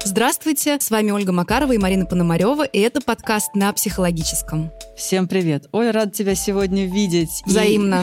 Здравствуйте, с вами Ольга Макарова и Марина Пономарева, и это подкаст «На психологическом». Всем привет. Оль, рада тебя сегодня видеть. Взаимно.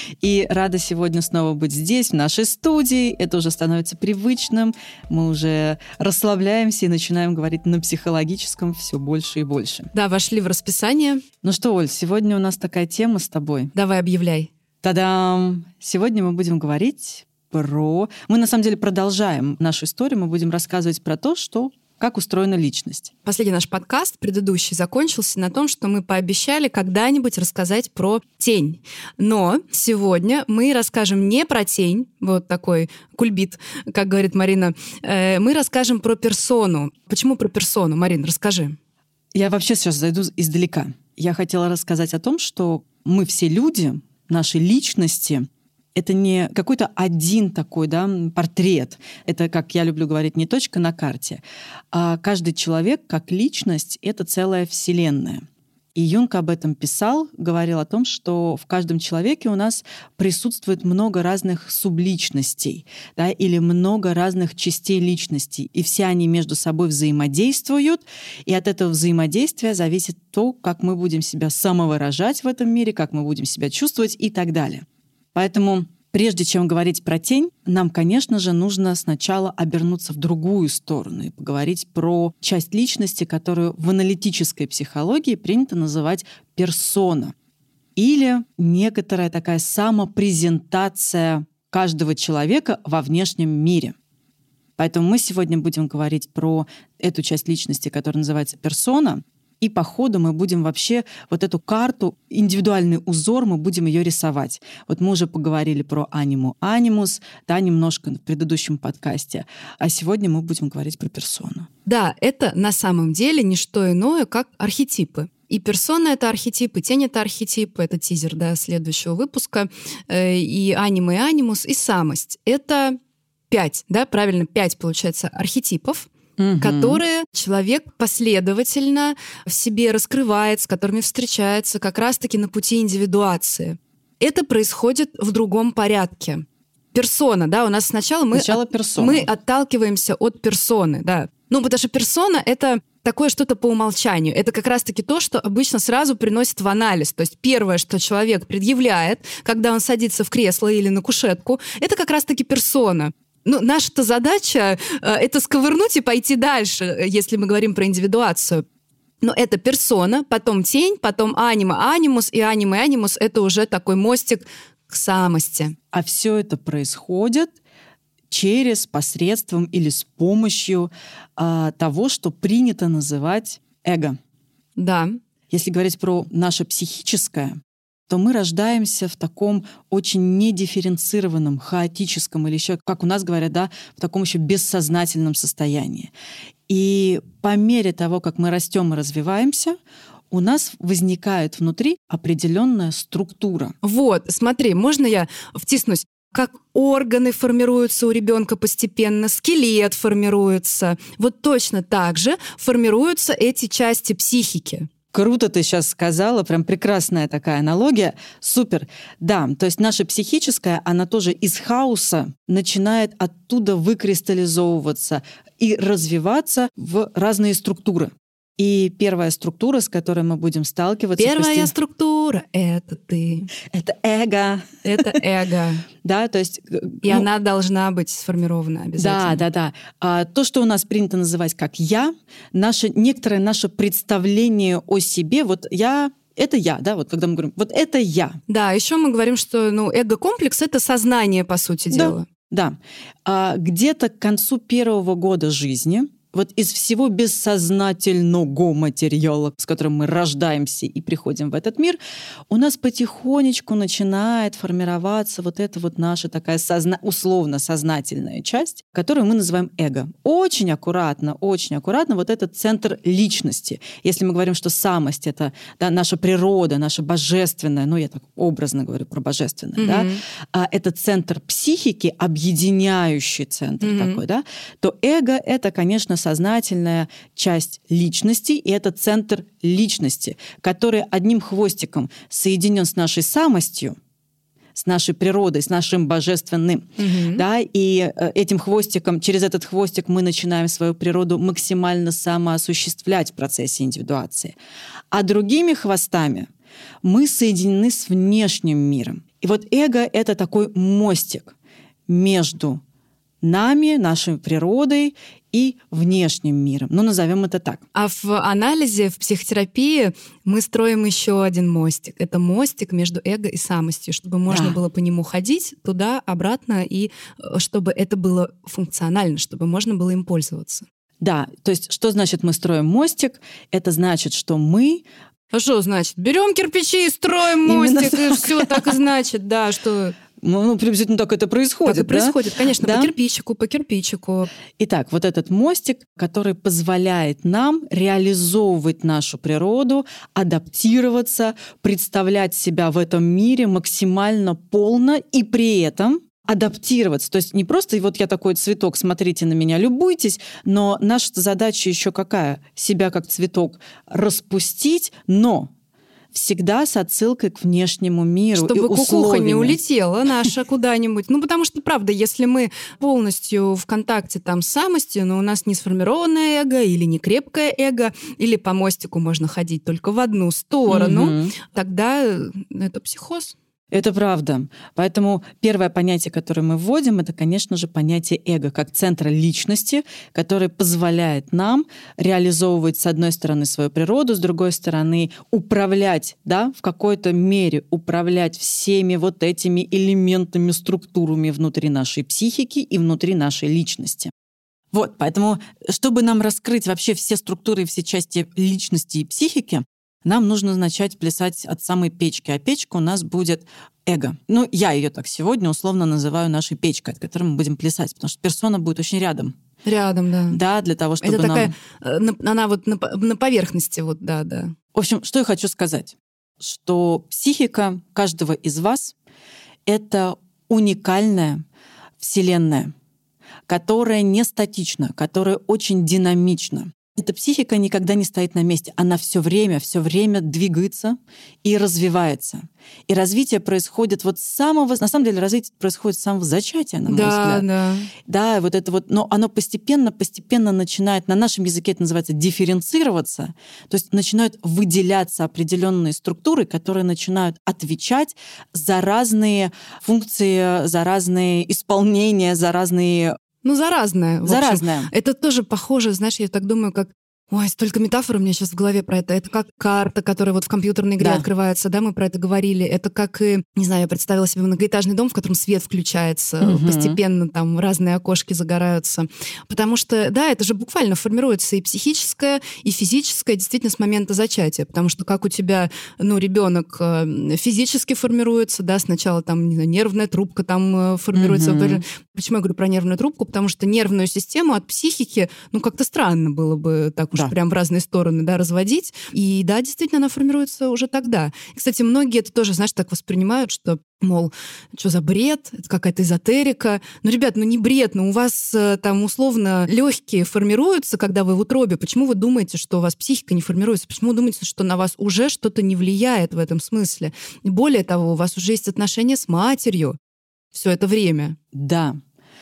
И рада сегодня снова быть здесь, в нашей студии. Это уже становится привычным. Мы уже расслабляемся и начинаем говорить на психологическом все больше и больше. Да, вошли в расписание. Ну что, Оль, сегодня у нас такая тема с тобой. Давай, объявляй. Та-дам! Сегодня мы будем говорить Мы на самом деле продолжаем нашу историю. Мы будем рассказывать про то, как устроена личность. Последний наш подкаст, предыдущий, закончился на том, что мы пообещали когда-нибудь рассказать про тень. Но сегодня мы расскажем не про тень, вот такой кульбит, как говорит Марина, мы расскажем про персону. Почему про персону? Марин, расскажи. Я вообще сейчас зайду издалека. Я хотела рассказать о том, что мы все люди, наши личности — это не какой-то один такой, портрет. Это, как я люблю говорить, не точка на карте. А каждый человек, как личность, это целая вселенная. И Юнг об этом писал, говорил о том, что в каждом человеке у нас присутствует много разных субличностей, или много разных частей личности. И все они между собой взаимодействуют, и от этого взаимодействия зависит то, как мы будем себя самовыражать в этом мире, как мы будем себя чувствовать и так далее. Поэтому прежде чем говорить про тень, нам, конечно же, нужно сначала обернуться в другую сторону и поговорить про часть личности, которую в аналитической психологии принято называть персона. Или некоторая такая самопрезентация каждого человека во внешнем мире. Поэтому мы сегодня будем говорить про эту часть личности, которая называется персона. И по ходу мы будем вообще вот эту карту, индивидуальный узор, мы будем ее рисовать. Вот мы уже поговорили про анимус, немножко в предыдущем подкасте. А сегодня мы будем говорить про персону. Да, это на самом деле не что иное, как архетипы. И персона — это архетип, и тень — это архетип, это тизер следующего выпуска. И аниме, и анимус, и самость. Это 5, правильно, 5, получается, архетипов, которые человек последовательно в себе раскрывает, с которыми встречается как раз-таки на пути индивидуации. Это происходит в другом порядке. Персона, у нас сначала мы отталкиваемся от персоны, потому что персона — это такое что-то по умолчанию. Это как раз-таки то, что обычно сразу приносит в анализ. То есть первое, что человек предъявляет, когда он садится в кресло или на кушетку, это как раз-таки персона. Наша-то задача это сковырнуть и пойти дальше, если мы говорим про индивидуацию. Но это персона, потом тень, потом анимус, и анимус — это уже такой мостик к самости. А все это происходит посредством или с помощью того, что принято называть эго. Да. Если говорить про наше психическое, то мы рождаемся в таком очень недифференцированном, хаотическом или еще, как у нас говорят, в таком еще бессознательном состоянии. И по мере того, как мы растем и развиваемся, у нас возникает внутри определенная структура. Вот, смотри, можно я втиснусь? Как органы формируются у ребенка постепенно, скелет формируется. Вот точно так же формируются эти части психики. Круто ты сейчас сказала, прям прекрасная такая аналогия. Супер. Да, то есть наша психическая, она тоже из хаоса начинает оттуда выкристаллизовываться и развиваться в разные структуры. И первая структура, с которой мы будем сталкиваться... Первая структура — это ты. Это эго. Это эго. Да, то есть... И она должна быть сформирована обязательно. Да. То, что у нас принято называть как «я», некоторое наше представление о себе, это я, когда мы говорим, это я. Да, еще мы говорим, что эго-комплекс — это сознание, по сути дела. Да. Где-то к концу первого года жизни из всего бессознательного материала, с которым мы рождаемся и приходим в этот мир, у нас потихонечку начинает формироваться эта наша такая условно-сознательная часть, которую мы называем эго. Очень аккуратно этот центр личности. Если мы говорим, что самость — это наша природа, наша божественная, я так образно говорю про божественное, это центр психики, объединяющий центр такой, то эго — это, конечно, сознательная часть личности, и это центр личности, который одним хвостиком соединен с нашей самостью, с нашей природой, с нашим божественным. Да, и этим хвостиком, через этот хвостик мы начинаем свою природу максимально самоосуществлять в процессе индивидуации. А другими хвостами мы соединены с внешним миром. И вот эго — это такой мостик между нами, нашей природой и внешним миром. Ну, назовем это так. А в анализе, в психотерапии мы строим еще один мостик. Это мостик между эго и самостью, чтобы можно было по нему ходить туда, обратно, и чтобы это было функционально, чтобы можно было им пользоваться. Да, то есть что значит мы строим мостик? Это значит, что мы... А что значит? Берем кирпичи и строим мостик, и все так и значит, да, что... Ну, приблизительно так это происходит. Так и происходит, конечно, да? По кирпичику. Итак, вот этот мостик, который позволяет нам реализовывать нашу природу, адаптироваться, представлять себя в этом мире максимально полно и при этом адаптироваться. То есть не просто вот я такой цветок, смотрите на меня, любуйтесь, но наша задача еще какая? Себя как цветок распустить, но всегда с отсылкой к внешнему миру. Чтобы кукуха не улетела наша куда-нибудь. Ну, потому что, правда, если мы полностью в контакте там с самостью, но у нас не сформированное эго или не крепкое эго, или по мостику можно ходить только в одну сторону, тогда это психоз. Это правда. Поэтому первое понятие, которое мы вводим, это, конечно же, понятие эго как центра личности, которое позволяет нам реализовывать, с одной стороны, свою природу, с другой стороны, управлять, да, в какой-то мере управлять всеми вот этими элементами, структурами внутри нашей психики и внутри нашей личности. Вот, поэтому, чтобы нам раскрыть вообще все структуры и все части личности и психики, нам нужно начать плясать от самой печки. А печка у нас будет эго. Ну, я ее так сегодня условно называю нашей печкой, от которой мы будем плясать, потому что персона будет очень рядом. Рядом, да. Да, для того, чтобы это такая, она вот на поверхности, вот, да. В общем, что я хочу сказать, что психика каждого из вас — это уникальная вселенная, которая не статична, которая очень динамична. Эта психика никогда не стоит на месте. Она все время двигается и развивается. И развитие происходит вот с самого... На самом деле развитие происходит с самого зачатия, на мой взгляд. Да. Да, вот это вот... Но оно постепенно начинает... На нашем языке это называется дифференцироваться. То есть начинают выделяться определенные структуры, которые начинают отвечать за разные функции, за разные исполнения, за разные... Ну, заразное. Заразное. Это тоже похоже, знаешь, я так думаю, как... Ой, столько метафор у меня сейчас в голове про это. Это как карта, которая вот в компьютерной игре открывается, да, мы про это говорили. Это как, не знаю, я представила себе многоэтажный дом, в котором свет включается, постепенно там разные окошки загораются. Потому что, да, это же буквально формируется и психическое, и физическое, действительно, с момента зачатия. Потому что как у тебя, ребенок физически формируется, да, сначала там, не знаю, нервная трубка там формируется. Почему я говорю про нервную трубку? Потому что нервную систему от психики, как-то странно было бы так уж прям в разные стороны, да, разводить. И да, действительно, она формируется уже тогда. И, кстати, многие это тоже, знаешь, так воспринимают, что, мол, что за бред, это какая-то эзотерика. Ребят, не бред, у вас там условно легкие формируются, когда вы в утробе. Почему вы думаете, что у вас психика не формируется? Почему вы думаете, что на вас уже что-то не влияет в этом смысле? И более того, у вас уже есть отношения с матерью все это время. Да.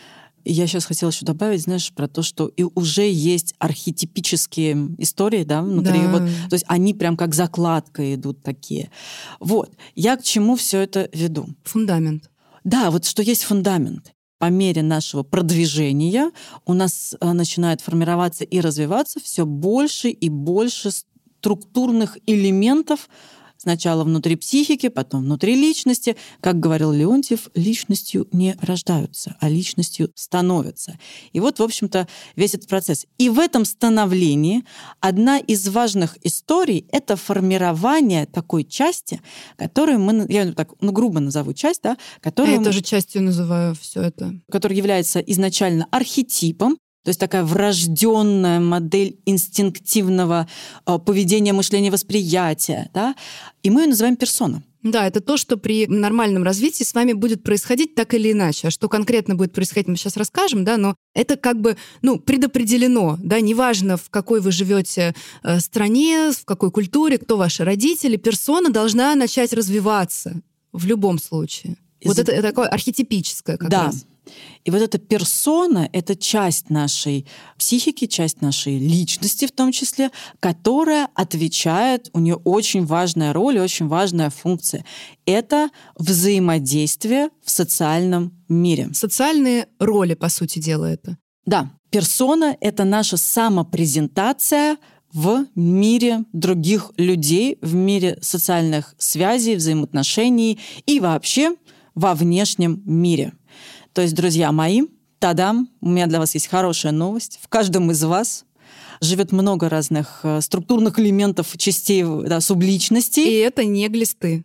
Я сейчас хотела еще добавить, знаешь, про то, что и уже есть архетипические истории, да, внутри. Да. Вот, то есть они прям как закладка идут такие. Вот. Я к чему все это веду? Фундамент. Да, вот что есть фундамент. По мере нашего продвижения у нас начинает формироваться и развиваться все больше и больше структурных элементов, сначала внутри психики, потом внутри личности. Как говорил Леонтьев, личностью не рождаются, а личностью становятся. И вот, в общем-то, весь этот процесс. И в этом становлении одна из важных историй — это формирование такой части, которую я так грубо назову часть, да, которую я тоже частью называю все это. Которая является изначально архетипом, то есть такая врожденная модель инстинктивного поведения, мышления, восприятия. Да? И мы ее называем персона. Да, это то, что при нормальном развитии с вами будет происходить так или иначе. А что конкретно будет происходить, мы сейчас расскажем, да, но это как бы, предопределено, да, неважно, в какой вы живете стране, в какой культуре, кто ваши родители, персона должна начать развиваться в любом случае. Вот это такое архетипическое как раз. И вот эта персона — это часть нашей психики, часть нашей личности в том числе, которая отвечает, у нее очень важная роль, очень важная функция. Это взаимодействие в социальном мире. Социальные роли, по сути дела, это. Да, персона — это наша самопрезентация в мире других людей, в мире социальных связей, взаимоотношений и вообще во внешнем мире. То есть, друзья мои, тадам, у меня для вас есть хорошая новость. В каждом из вас живет много разных структурных элементов, частей, субличностей. И это не глисты.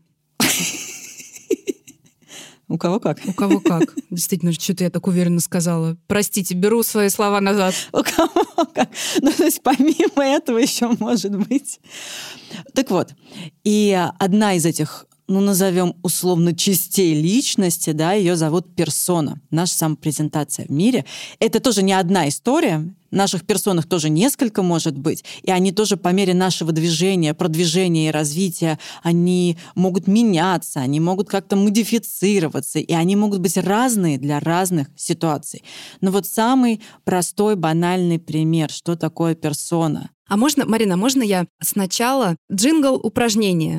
У кого как. У кого как. Действительно, что-то я так уверенно сказала. Простите, беру свои слова назад. У кого как. Ну, то есть помимо этого еще может быть. Так вот, и одна из этих, назовем условно, частей личности, да, ее зовут персона, наша самопрезентация в мире. Это тоже не одна история. Наших персонах тоже несколько может быть, и они тоже по мере нашего движения, продвижения и развития, они могут меняться, они могут как-то модифицироваться, и они могут быть разные для разных ситуаций. Но вот самый простой, банальный пример, что такое персона. А можно, Марина, можно я сначала джингл упражнения?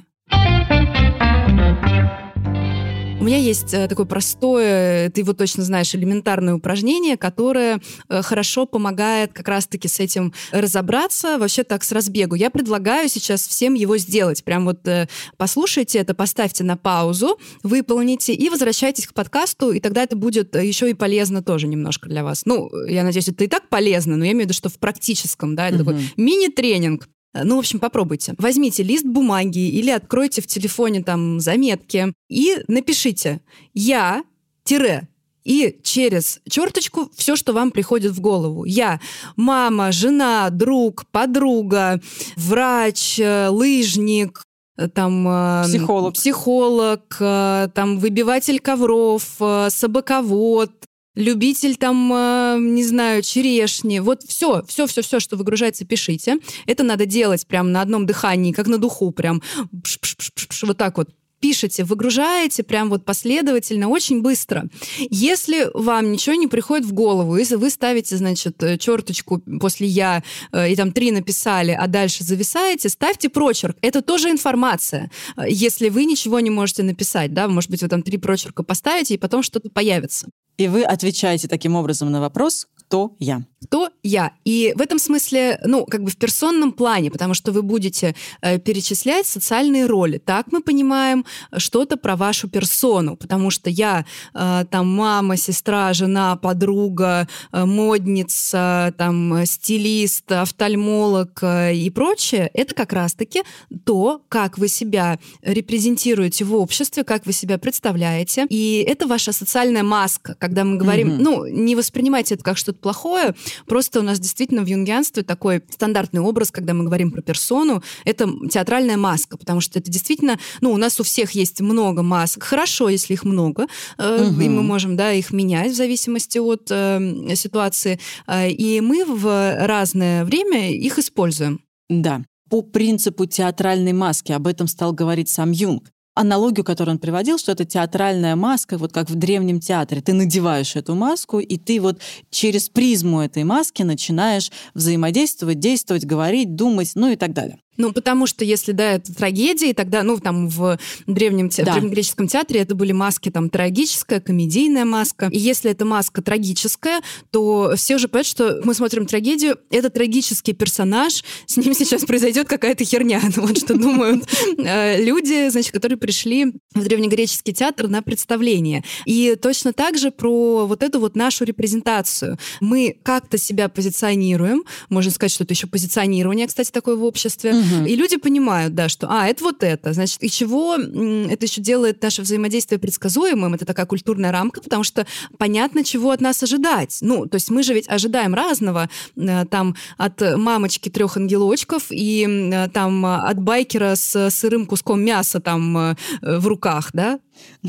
У меня есть такое простое, ты его точно знаешь, элементарное упражнение, которое хорошо помогает как раз-таки с этим разобраться, вообще так с разбегу. Я предлагаю сейчас всем его сделать. Прям вот послушайте это, поставьте на паузу, выполните и возвращайтесь к подкасту, и тогда это будет еще и полезно тоже немножко для вас. Я надеюсь, это и так полезно, но я имею в виду, что в практическом, да, это такой мини-тренинг. В общем, попробуйте. Возьмите лист бумаги или откройте в телефоне там заметки и напишите «я», и через черточку все, что вам приходит в голову. Я мама, жена, друг, подруга, врач, лыжник, психолог, там, выбиватель ковров, собаковод, любитель черешни. Вот все, что выгружается, пишите. Это надо делать прям на одном дыхании, как на духу, прям вот так вот. Пишите, выгружаете прям вот последовательно, очень быстро. Если вам ничего не приходит в голову, если вы ставите, черточку после «я» и там 3 написали, а дальше зависаете, ставьте прочерк. Это тоже информация. Если вы ничего не можете написать, да, может быть, вы там 3 прочерка поставите, и потом что-то появится. И вы отвечаете таким образом на вопрос «Кто я?». Кто я? И в этом смысле, в персонном плане, потому что вы будете перечислять социальные роли. Так мы понимаем что-то про вашу персону, потому что я мама, сестра, жена, подруга, модница, стилист, офтальмолог и прочее. Это как раз-таки то, как вы себя репрезентируете в обществе, как вы себя представляете. И это ваша социальная маска, когда мы говорим, не воспринимайте это как что-то плохое, просто у нас действительно в юнгианстве такой стандартный образ, когда мы говорим про персону, это театральная маска, потому что это действительно, у нас у всех есть много масок. Хорошо, если их много, и мы можем, их менять в зависимости от ситуации, и мы в разное время их используем. Да. По принципу театральной маски, об этом стал говорить сам Юнг. Аналогию, которую он приводил, что это театральная маска, вот как в древнем театре. Ты надеваешь эту маску, и ты вот через призму этой маски начинаешь взаимодействовать, действовать, говорить, думать, и так далее. Потому что если, это трагедии, тогда, в древнегреческом театре это были маски, трагическая, комедийная маска. И если эта маска трагическая, то все уже понимают, что мы смотрим трагедию, это трагический персонаж, с ним сейчас произойдет какая-то херня. Вот что думают люди, которые пришли в древнегреческий театр на представление. И точно так же про вот эту вот нашу репрезентацию. Мы как-то себя позиционируем, можно сказать, что это еще позиционирование, кстати, такое в обществе. И люди понимают, что это вот это. Значит, и чего это еще делает наше взаимодействие предсказуемым? Это такая культурная рамка, потому что понятно, чего от нас ожидать. То есть мы же ведь ожидаем разного. От мамочки 3 ангелочков и от байкера с сырым куском мяса в руках, да?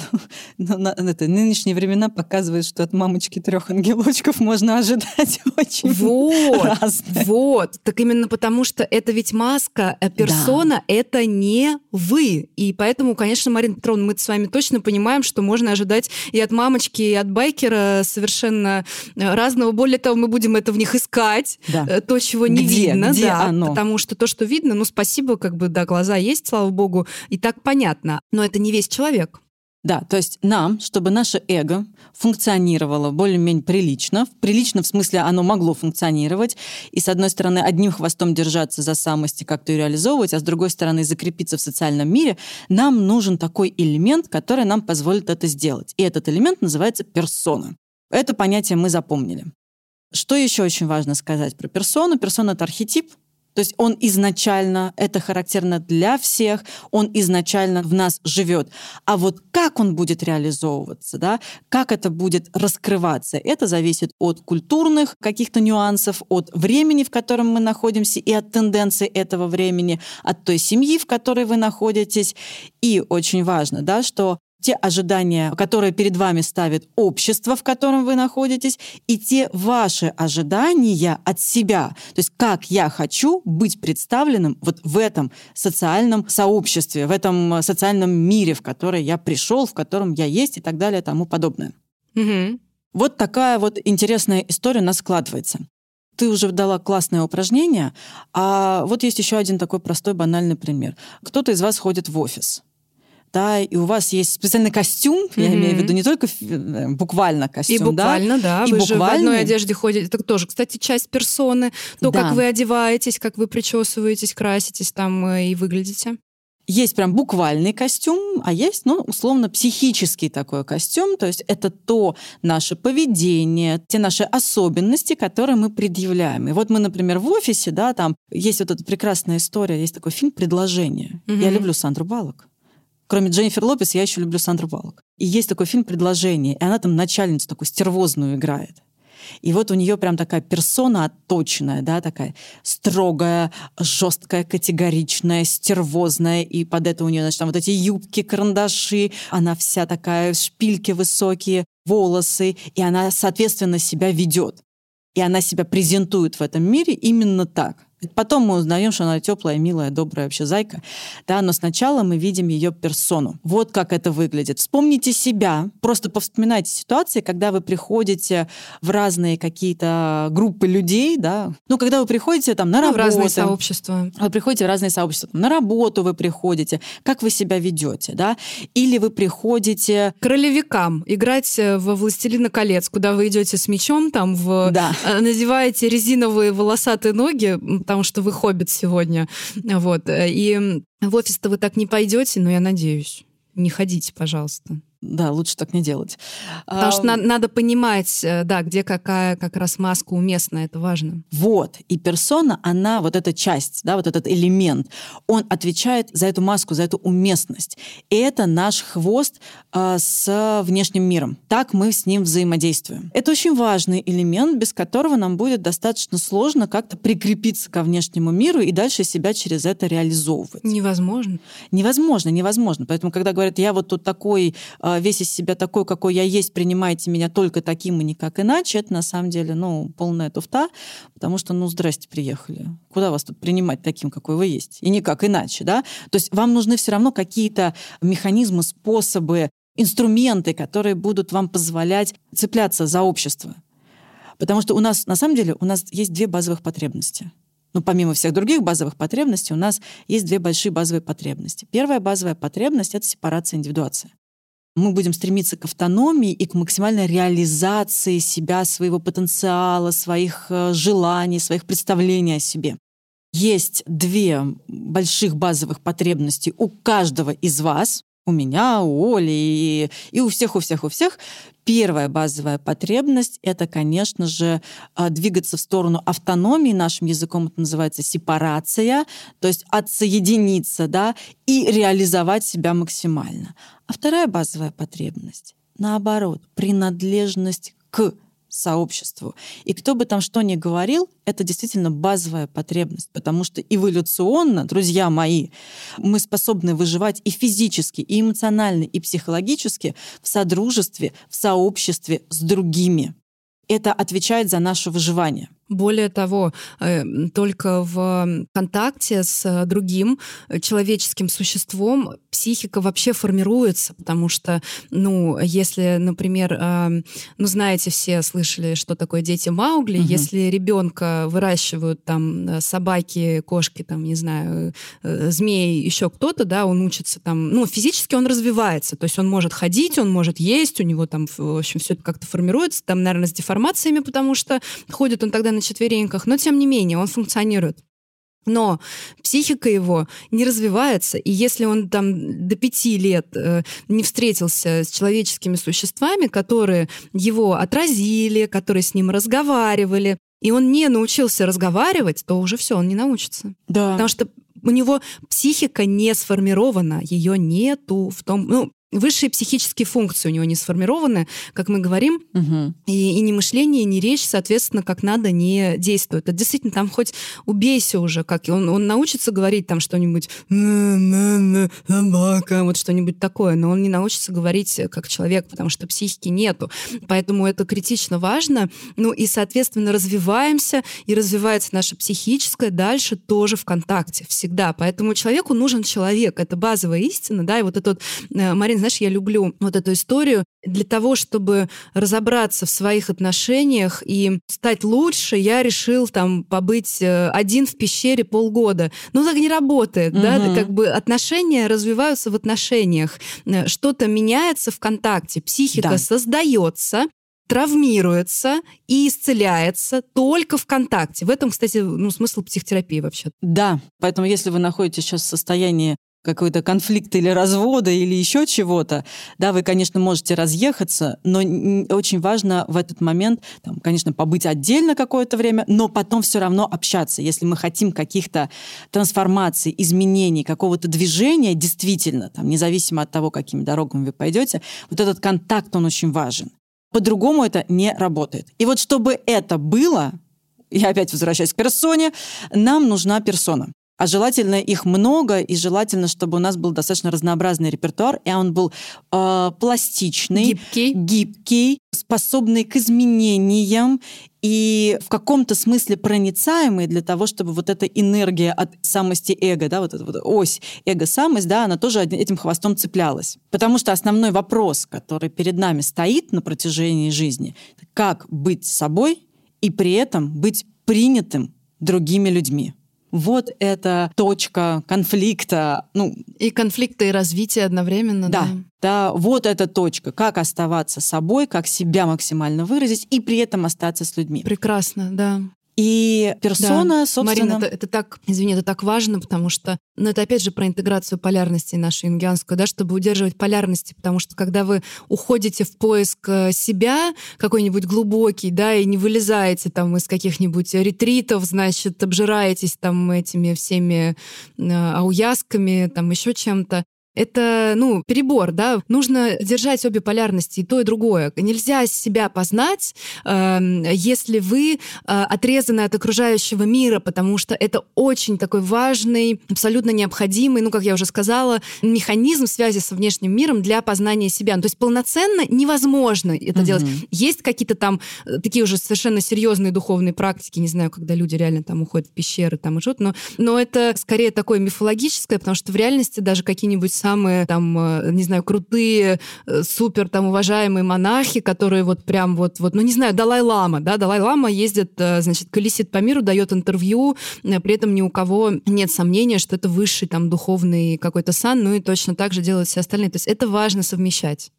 Нынешние времена показывают, что от мамочки 3 ангелочков можно ожидать очень разное. Вот. Так именно потому, что это ведь маска, это персона, это не вы. И поэтому, конечно, Марина Петровна, мы с вами точно понимаем, что можно ожидать и от мамочки, и от байкера совершенно разного. Более того, мы будем это в них искать, то, чего не видно. Где оно? Потому что то, что видно, спасибо, глаза есть, слава богу, и так понятно. Но это не весь человек. Да, то есть нам, чтобы наше эго функционировало более-менее прилично в смысле оно могло функционировать, и с одной стороны одним хвостом держаться за самость и как-то ее реализовывать, а с другой стороны закрепиться в социальном мире, нам нужен такой элемент, который нам позволит это сделать. И этот элемент называется персона. Это понятие мы запомнили. Что еще очень важно сказать про персону? Персона — это архетип. То есть он изначально, это характерно для всех, он изначально в нас живет. А вот как он будет реализовываться, да, как это будет раскрываться, это зависит от культурных каких-то нюансов, от времени, в котором мы находимся, и от тенденций этого времени, от той семьи, в которой вы находитесь. И очень важно, да, что те ожидания, которые перед вами ставит общество, в котором вы находитесь, и те ваши ожидания от себя. То есть как я хочу быть представленным вот в этом социальном сообществе, в этом социальном мире, в который я пришел, в котором я есть и так далее и тому подобное. Угу. Вот такая вот интересная история у нас складывается. Ты уже дала классное упражнение, а вот есть еще один такой простой банальный пример. Кто-то из вас ходит в офис. Да, и у вас есть специальный костюм, я имею в виду не только буквально костюм, и буквально, да, и вы буквальный. же в одной одежде ходите, это тоже, кстати, часть персоны, то, как вы одеваетесь, как вы причесываетесь, краситесь там и выглядите. Есть прям буквальный костюм, а есть, условно, психический такой костюм, то есть это то наше поведение, те наши особенности, которые мы предъявляем. И вот мы, например, в офисе, да, там есть вот эта прекрасная история, есть такой фильм «Предложение». Я люблю Сандру Баллок. Кроме Дженнифер Лопес, я еще люблю Сандру Баллок. И есть такой фильм «Предложение», и она там начальницу такую стервозную играет. И вот у нее прям такая персона отточенная, да, такая строгая, жесткая, категоричная, стервозная, и под это у нее, значит, там вот эти юбки, карандаши, она вся такая, шпильки высокие, волосы, и она, соответственно, себя ведет. И она себя презентует в этом мире именно так. Потом мы узнаем, что она теплая, милая, добрая вообще зайка, да, но сначала мы видим ее персону. Вот как это выглядит. Вспомните себя, просто повспоминайте ситуации, когда вы приходите в разные какие-то группы людей, да, когда вы приходите там на работу. В разные сообщества. Вы приходите в разные сообщества. На работу вы приходите. Как вы себя ведете, да? Или вы приходите... К ролевикам. Играть во «Властелина колец», куда вы идете с мечом, там надеваете резиновые волосатые ноги, потому что вы хоббит сегодня. Вот. И в офис-то вы так не пойдете, но я надеюсь. Не ходите, пожалуйста. Да, лучше так не делать. Потому что надо понимать, да, где какая как раз маска уместна, это важно. Вот. И персона, она, вот эта часть, да, вот этот элемент, он отвечает за эту маску, за эту уместность. И это наш хвост с внешним миром. Так мы с ним взаимодействуем. Это очень важный элемент, без которого нам будет достаточно сложно как-то прикрепиться ко внешнему миру и дальше себя через это реализовывать. Невозможно. Невозможно. Поэтому, когда говорят, я вот тут такой... весь из себя такой, какой я есть, принимайте меня только таким и никак иначе, это на самом деле, полная туфта, потому что, здрасте, приехали. Куда вас тут принимать таким, какой вы есть? И никак иначе, да? То есть вам нужны все равно какие-то механизмы, способы, инструменты, которые будут вам позволять цепляться за общество. Потому что у нас, на самом деле, есть две базовых потребности. Помимо всех других базовых потребностей, у нас есть две большие базовые потребности. Первая базовая потребность — это сепарация, индивидуация. Мы будем стремиться к автономии и к максимальной реализации себя, своего потенциала, своих желаний, своих представлений о себе. Есть две больших базовых потребности у каждого из вас, у меня, у Оли и у всех. Первая базовая потребность — это, конечно же, двигаться в сторону автономии. Нашим языком это называется сепарация, то есть отсоединиться, да, и реализовать себя максимально. А вторая базовая потребность, наоборот, принадлежность к сообществу. И кто бы там что ни говорил, это действительно базовая потребность, потому что эволюционно, друзья мои, мы способны выживать и физически, и эмоционально, и психологически в содружестве, в сообществе с другими. Это отвечает за наше выживание. Более того, только в контакте с другим человеческим существом психика вообще формируется, потому что, если, например, знаете, все слышали, что такое дети Маугли, если ребенка выращивают там собаки, кошки, там, не знаю, змеи, еще кто-то, да, он учится там, физически он развивается, то есть он может ходить, он может есть, у него там, в общем, все это как-то формируется, там, наверное, с деформациями, потому что ходит он тогда на четвереньках, но тем не менее он функционирует. Но психика его не развивается, и если он там до 5 лет не встретился с человеческими существами, которые его отразили, которые с ним разговаривали, и он не научился разговаривать, то уже все, он не научится. Да. Потому что у него психика не сформирована, ее нету в том... Высшие психические функции у него не сформированы, как мы говорим, и ни мышление, ни речь, соответственно, как надо, не действуют. Это действительно, там хоть убейся уже, как он научится говорить там что-нибудь собака, вот что-нибудь такое, но он не научится говорить как человек, потому что психики нету. Поэтому это критично важно. И, соответственно, развиваемся, и развивается наша психическая дальше тоже в контакте, всегда. Поэтому человеку нужен человек. Это базовая истина, да, и вот это вот, Марина, знаешь, я люблю вот эту историю. Для того, чтобы разобраться в своих отношениях и стать лучше, я решил там побыть один в пещере полгода. Так не работает, да? Как бы отношения развиваются в отношениях. Что-то меняется в контакте. Психика создается, травмируется и исцеляется только в контакте. В этом, кстати, смысл психотерапии вообще. Да, поэтому если вы находитесь сейчас в состоянии какой-то конфликт или развода, или еще чего-то, да, вы, конечно, можете разъехаться, но очень важно в этот момент, там, конечно, побыть отдельно какое-то время, но потом все равно общаться. Если мы хотим каких-то трансформаций, изменений, какого-то движения, действительно, там, независимо от того, какими дорогами вы пойдете, вот этот контакт, он очень важен. По-другому это не работает. И вот чтобы это было, я опять возвращаюсь к персоне, нам нужна персона. А желательно их много, и желательно, чтобы у нас был достаточно разнообразный репертуар, и он был пластичный, гибкий, способный к изменениям и в каком-то смысле проницаемый для того, чтобы вот эта энергия от самости эго, да, вот эта вот ось эго-самость, да, она тоже этим хвостом цеплялась. Потому что основной вопрос, который перед нами стоит на протяжении жизни, как быть собой и при этом быть принятым другими людьми. Вот это точка конфликта. И конфликта, и развития одновременно. Да, вот эта точка. Как оставаться собой, как себя максимально выразить и при этом остаться с людьми. Прекрасно, да. И персона, собственно... Марина, это так важно, потому что, это опять же про интеграцию полярности нашу юнгианскую, да, чтобы удерживать полярности, потому что когда вы уходите в поиск себя, какой-нибудь глубокий, да, и не вылезаете там из каких-нибудь ретритов, значит, обжираетесь там этими всеми ауясками, там еще чем-то, это, перебор, да. Нужно держать обе полярности, и то, и другое. Нельзя себя познать, если вы отрезаны от окружающего мира, потому что это очень такой важный, абсолютно необходимый, как я уже сказала, механизм связи со внешним миром для познания себя. То есть полноценно невозможно это делать. Есть какие-то там такие уже совершенно серьезные духовные практики, не знаю, когда люди реально там уходят в пещеры, там и живут, но это скорее такое мифологическое, потому что в реальности даже какие-нибудь самые там, не знаю, крутые, супер там уважаемые монахи, которые вот прям вот, не знаю, Далай-лама, да, Далай-лама ездит, значит, колесит по миру, дает интервью, при этом ни у кого нет сомнения, что это высший там духовный какой-то сан, и точно так же делают все остальные. То есть это важно совмещать.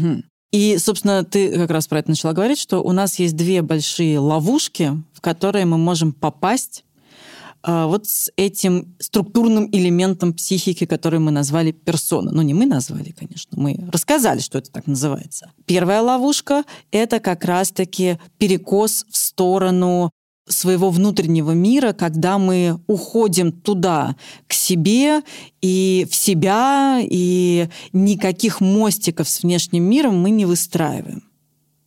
И, собственно, ты как раз про это начала говорить, что у нас есть две большие ловушки, в которые мы можем попасть вот с этим структурным элементом психики, который мы назвали персона. Не мы назвали, конечно, мы рассказали, что это так называется. Первая ловушка — это как раз-таки перекос в сторону своего внутреннего мира, когда мы уходим туда, к себе и в себя, и никаких мостиков с внешним миром мы не выстраиваем.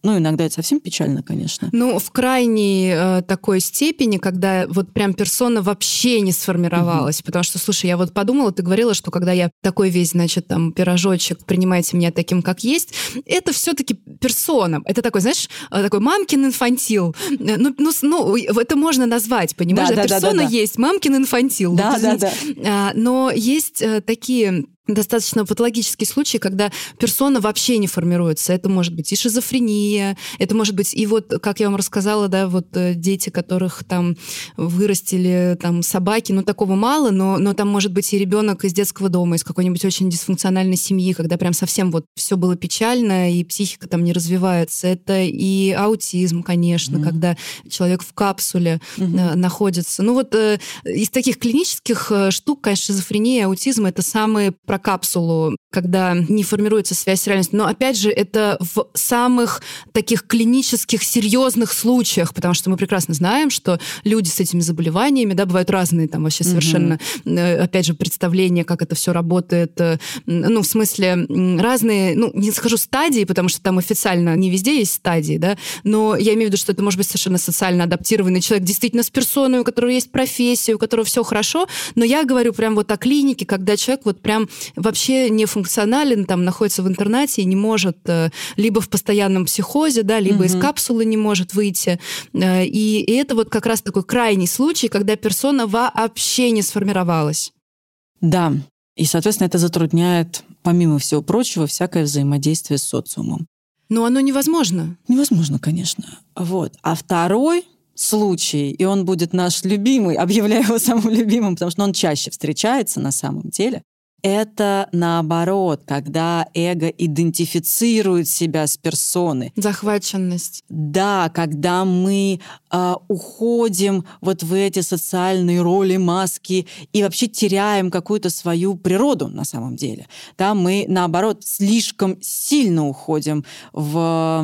Ну, иногда это совсем печально, конечно. Ну, в крайней такой степени, когда вот прям персона вообще не сформировалась. Потому что, слушай, я вот подумала, ты говорила, что когда я такой весь, значит, там, пирожочек, принимайте меня таким, как есть, это все-таки персона. Это такой, знаешь, такой мамкин инфантил. Ну, это можно назвать, понимаешь? Да, персона есть, мамкин инфантил. Да, вот, да. Но есть такие... достаточно патологические случаи, когда персона вообще не формируется. Это может быть и шизофрения, это может быть и вот, как я вам рассказала, да, вот дети, которых там вырастили там собаки, ну такого мало, но там может быть и ребенок из детского дома, из какой-нибудь очень дисфункциональной семьи, когда прям совсем вот все было печально, и психика там не развивается. Это и аутизм, конечно, когда человек в капсуле находится. Ну вот из таких клинических штук, конечно, шизофрения, аутизм — это самые про капсулу, когда не формируется связь с реальностью. Но, опять же, это в самых таких клинических, серьезных случаях, потому что мы прекрасно знаем, что люди с этими заболеваниями, да, бывают разные там вообще совершенно, опять же, представления, как это все работает. Ну, в смысле, разные, ну, не скажу стадии, потому что там официально не везде есть стадии, да, но я имею в виду, что это может быть совершенно социально адаптированный человек, действительно с персоной, у которого есть профессия, у которого все хорошо, но я говорю прям вот о клинике, когда человек вот прям вообще не функционален, там находится в интернате и не может либо в постоянном психозе, да, либо из капсулы не может выйти. И это вот как раз такой крайний случай, когда персона вообще не сформировалась. Да, и, соответственно, это затрудняет, помимо всего прочего, всякое взаимодействие с социумом. Но оно невозможно. Невозможно, конечно. Вот. А второй случай, и он будет наш любимый, объявляю его самым любимым, потому что он чаще встречается на самом деле, это наоборот, когда эго идентифицирует себя с персоной. Захваченность. Да, когда мы уходим вот в эти социальные роли, маски и вообще теряем какую-то свою природу на самом деле. Да, мы, наоборот, слишком сильно уходим в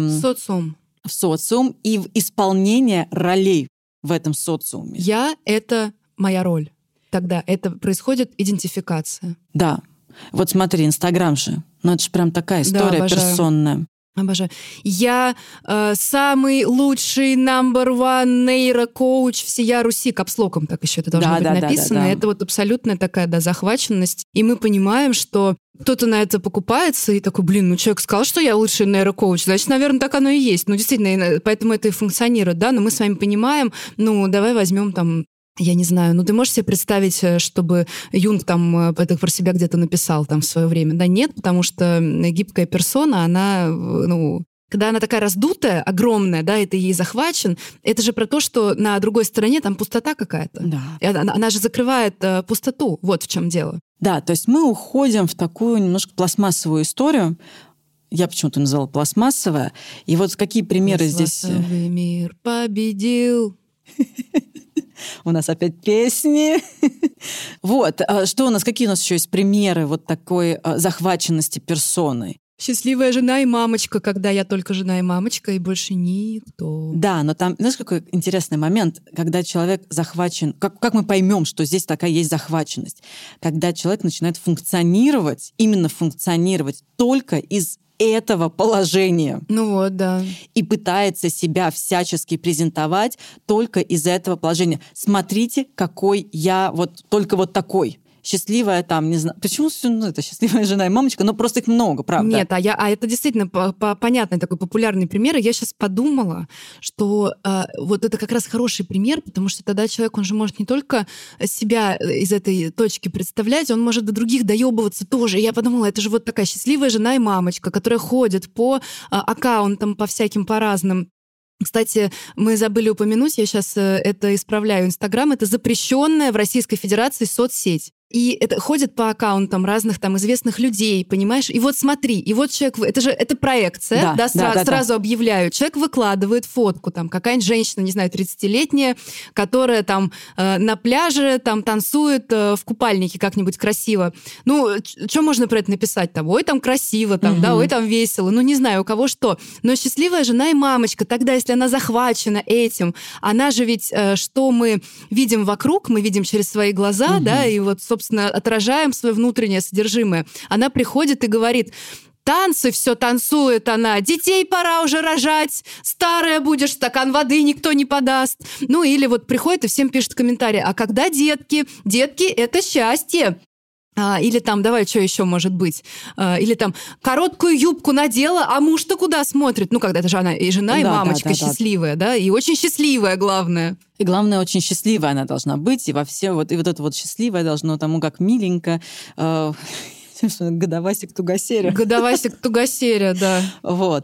социум и в исполнение ролей в этом социуме. Я — это моя роль. Тогда это происходит идентификация. Да. Вот смотри, Инстаграм же. Ну, это же прям такая история персонная. Обожаю. Я самый лучший number one нейрокоуч всея Руси. Капслоком так еще это должно быть написано. Это вот абсолютная такая, да, захваченность. И мы понимаем, что кто-то на это покупается и такой, блин, ну человек сказал, что я лучший нейрокоуч, значит, наверное, так оно и есть. Ну, действительно, поэтому это и функционирует, да, но мы с вами понимаем, ну, давай возьмем там, я не знаю, ну ты можешь себе представить, чтобы Юнг там это про себя где-то написал там в свое время? Да нет, потому что гибкая персона, она, ну, когда она такая раздутая, огромная, да, это ей захвачен, это же про то, что на другой стороне там пустота какая-то. Да. Она же закрывает пустоту, вот в чем дело. Да, то есть мы уходим в такую немножко пластмассовую историю. Я почему-то назвала пластмассовая. И вот какие примеры здесь... Пластмассовый мир победил. У нас опять песни. Вот. Что у нас, какие у нас еще есть примеры вот такой захваченности персоной? Счастливая жена и мамочка, когда я только жена и мамочка, и больше никто. Да, но там, знаешь, какой интересный момент, когда человек захвачен... Как мы поймем, что здесь такая есть захваченность? Когда человек начинает функционировать, именно функционировать только из этого положения. Ну вот, да. И пытается себя всячески презентовать только из этого положения. Смотрите, какой я вот только вот такой. Счастливая там, не знаю. Почему это счастливая жена и мамочка? Но просто их много, правда. Нет, а это действительно понятный такой популярный пример. И я сейчас подумала, что вот это как раз хороший пример, потому что тогда человек, он же может не только себя из этой точки представлять, он может до других доебываться тоже. И я подумала, это же вот такая счастливая жена и мамочка, которая ходит по аккаунтам, по всяким, по разным. Кстати, мы забыли упомянуть, я сейчас это исправляю, Инстаграм — это запрещенная в Российской Федерации соцсеть. И это ходит по аккаунтам разных там известных людей, понимаешь? И вот смотри, и вот человек... Это проекция, сразу объявляю. Человек выкладывает фотку, там, какая-нибудь женщина, не знаю, 30-летняя, которая там на пляже там танцует в купальнике как-нибудь красиво. Ну, что можно про это написать? Там, ой, там красиво, там, да, ой, там весело. Ну, не знаю, у кого что. Но счастливая жена и мамочка, тогда, если она захвачена этим, она же ведь, что мы видим вокруг, мы видим через свои глаза, да, и вот, собственно, отражаем свое внутреннее содержимое. Она приходит и говорит: танцы, все танцует она, детей пора уже рожать, старая будешь, стакан воды никто не подаст. Ну или вот приходит и всем пишет комментарии, а когда детки? Детки – это счастье. Или там, давай, что еще может быть? Или там, короткую юбку надела, а муж-то куда смотрит? Ну, когда это же она и жена, и мамочка счастливая, да, и очень счастливая, главное. И главное, очень счастливая она должна быть, и во все вот, и вот это вот счастливое должно тому, как миленько... Годовасик Тугасеря. Годовасик Тугасеря, да. Вот.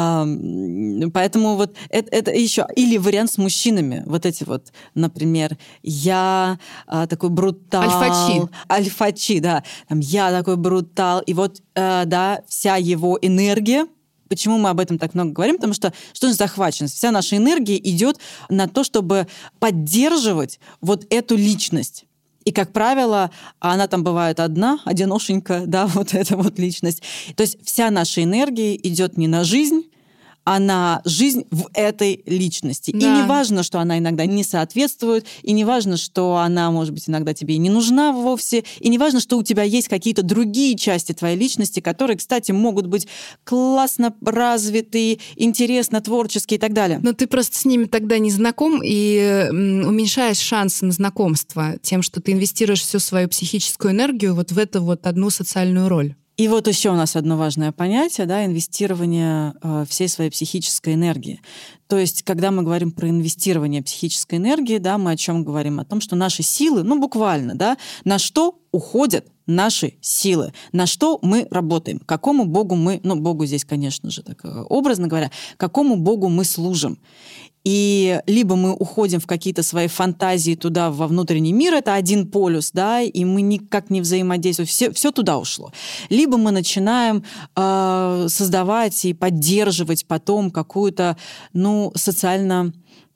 Поэтому вот это еще... Или вариант с мужчинами. Вот эти вот, например, я такой брутал. Альфачи. Альфачи, да. Там, я такой брутал. И вот, да, вся его энергия. Почему мы об этом так много говорим? Потому что значит захваченность? Вся наша энергия идет на то, чтобы поддерживать вот эту личность. И, как правило, она там бывает одиношенька, да, вот эта вот личность. То есть вся наша энергия идет не на жизнь, а на жизнь в этой личности. Да. И не важно, что она иногда не соответствует, и не важно, что она, может быть, иногда тебе и не нужна вовсе, и не важно, что у тебя есть какие-то другие части твоей личности, которые, кстати, могут быть классно развиты, интересно, творческие и так далее. Но ты просто с ними тогда не знаком и уменьшаешь шансы на знакомство тем, что ты инвестируешь всю свою психическую энергию вот в эту вот одну социальную роль. И вот еще у нас одно важное понятие, да, инвестирование всей своей психической энергии. То есть, когда мы говорим про инвестирование психической энергии, да, мы о чем говорим? О том, что наши силы, ну, буквально, да, на что уходят наши силы, на что мы работаем, какому богу мы, ну, богу здесь, конечно же, так образно говоря, какому богу мы служим. И либо мы уходим в какие-то свои фантазии туда, во внутренний мир, это один полюс, да, и мы никак не взаимодействуем, все туда ушло. Либо мы начинаем создавать и поддерживать потом какую-то, ну, социально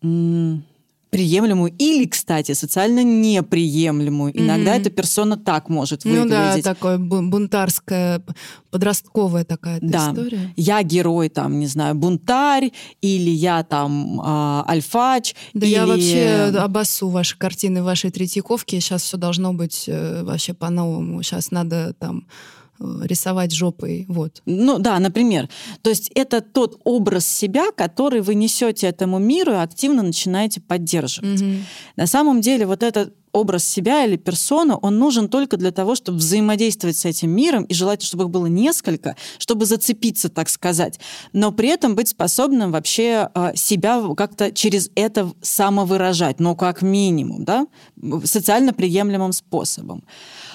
приемлемую или, кстати, социально неприемлемую. Иногда эта персона так может выглядеть. Ну да, такое бунтарская, подростковая такая история. Я герой, там, не знаю, бунтарь, или я там альфач. Да или... я вообще обоссу ваши картины, вашей Третьяковки. Сейчас все должно быть вообще по-новому. Сейчас надо там рисовать жопой, вот. Ну да, например. То есть это тот образ себя, который вы несете этому миру и активно начинаете поддерживать. На самом деле вот этот образ себя или персона, он нужен только для того, чтобы взаимодействовать с этим миром, и желательно, чтобы их было несколько, чтобы зацепиться, так сказать, но при этом быть способным вообще себя как-то через это самовыражать, ну, как минимум, да, социально приемлемым способом.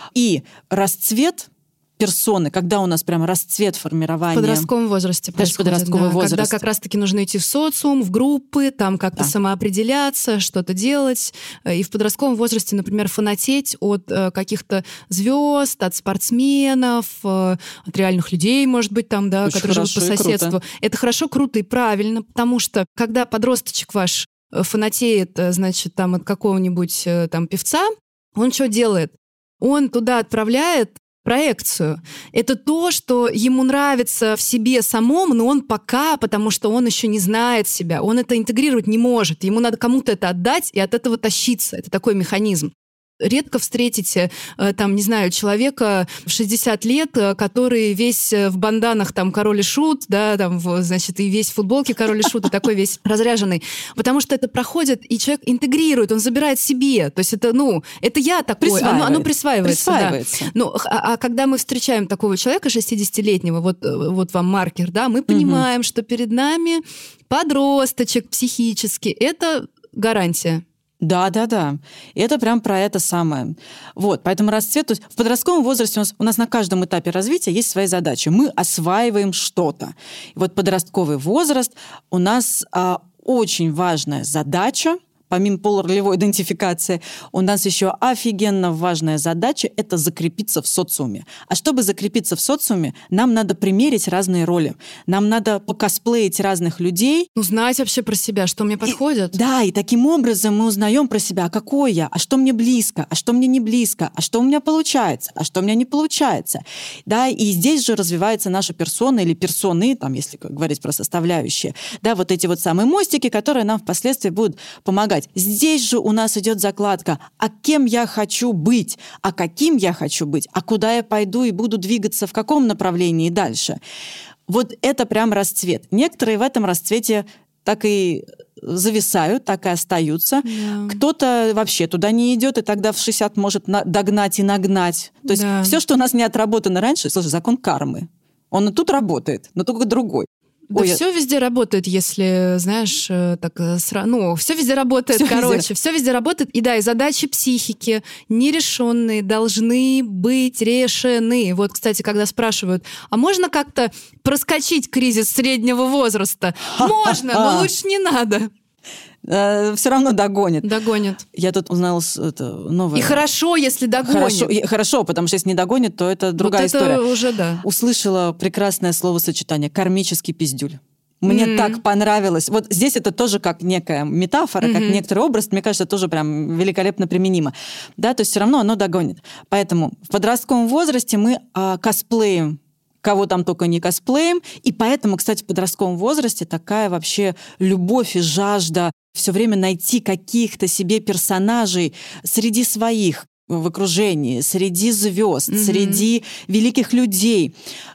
И расцвет персоны, когда у нас прям расцвет формирования. В подростковом возрасте происходит. Подростковый возраст. Когда как раз-таки нужно идти в социум, в группы, там как-то самоопределяться, что-то делать. И в подростковом возрасте, например, фанатеть от каких-то звезд, от спортсменов, от реальных людей, может быть, там, да, которые живут по соседству. Это хорошо, круто и правильно, потому что когда подросточек ваш фанатеет, значит, там от какого-нибудь там певца, он что делает? Он туда отправляет проекцию. Это то, что ему нравится в себе самом, но он пока, потому что он еще не знает себя, он это интегрировать не может. Ему надо кому-то это отдать и от этого тащиться. Это такой механизм. Редко встретите, там, не знаю, человека в 60 лет, который весь в банданах, там, Король и Шут, да, там, значит, и весь в футболке Король и Шут, и такой весь разряженный. Потому что это проходит, и человек интегрирует, он забирает себе. То есть это, ну, это я такой, оно присваивается. Да. Ну, а когда мы встречаем такого человека 60-летнего, вот вам маркер, да, мы понимаем, что перед нами подросточек психически. Это гарантия. Да. Это прям про это самое. Вот, поэтому расцвет... То есть в подростковом возрасте у нас на каждом этапе развития есть свои задачи. Мы осваиваем что-то. И вот подростковый возраст у нас очень важная задача. Помимо полуролевой идентификации, у нас еще офигенно важная задача – это закрепиться в социуме. А чтобы закрепиться в социуме, нам надо примерить разные роли. Нам надо покосплеить разных людей. Узнать вообще про себя, что мне подходит. И таким образом мы узнаем про себя, а какой я, а что мне близко, а что мне не близко, а что у меня получается, а что у меня не получается. Да, и здесь же развивается наша персона или персоны, там, если говорить про составляющие, да, вот эти вот самые мостики, которые нам впоследствии будут помогать. сказать, здесь же у нас идет закладка, а кем я хочу быть, а каким я хочу быть, а куда я пойду и буду двигаться, в каком направлении дальше. Вот это прям расцвет. Некоторые в этом расцвете так и зависают, так и остаются. Да. Кто-то вообще туда не идет, и тогда в 60 может догнать и нагнать. То есть все, что у нас не отработано раньше, слушай, закон кармы. Он и тут работает, но только другой. Да, все везде работает, если, знаешь, все везде работает, все везде работает. И да, и задачи психики нерешенные должны быть решены. Вот, кстати, когда спрашивают, а можно как-то проскочить кризис среднего возраста? Можно, но лучше не надо. Все равно догонит. Догонит. Я тут узнала это новое. И хорошо, если догонит. Хорошо, потому что если не догонит, то это другая вот это история. Уже да. Услышала прекрасное словосочетание «кармический пиздюль». Мне так понравилось. Вот здесь это тоже как некая метафора, как некоторый образ, мне кажется, тоже прям великолепно применимо. Да, то есть все равно оно догонит. Поэтому в подростковом возрасте мы косплеим, кого там только не косплеем. И поэтому, кстати, в подростковом возрасте такая вообще любовь и жажда все время найти каких-то себе персонажей среди своих в окружении, среди звезд, среди великих людей.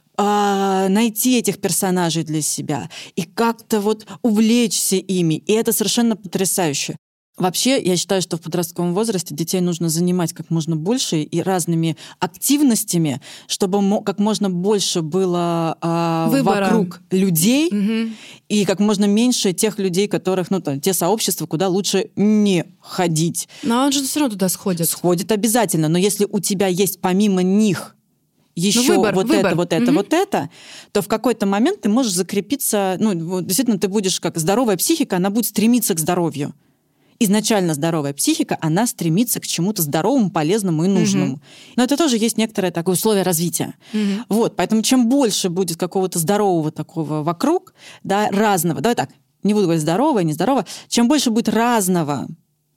Найти этих персонажей для себя и как-то вот увлечься ими. И это совершенно потрясающе. Вообще, я считаю, что в подростковом возрасте детей нужно занимать как можно больше и разными активностями, чтобы как можно больше было вокруг людей и как можно меньше тех людей, которых, те сообщества, куда лучше не ходить. Но он же все равно туда сходит. Сходит обязательно, но если у тебя есть помимо них еще выбор. Вот это, то в какой-то момент ты можешь закрепиться, действительно, ты будешь как здоровая психика, она будет стремиться к здоровью. Изначально здоровая психика, она стремится к чему-то здоровому, полезному и нужному. Но это тоже есть некоторое такое условие развития. Вот, поэтому чем больше будет какого-то здорового такого вокруг, да, разного, давай так, не буду говорить здоровое, нездоровое, чем больше будет разного,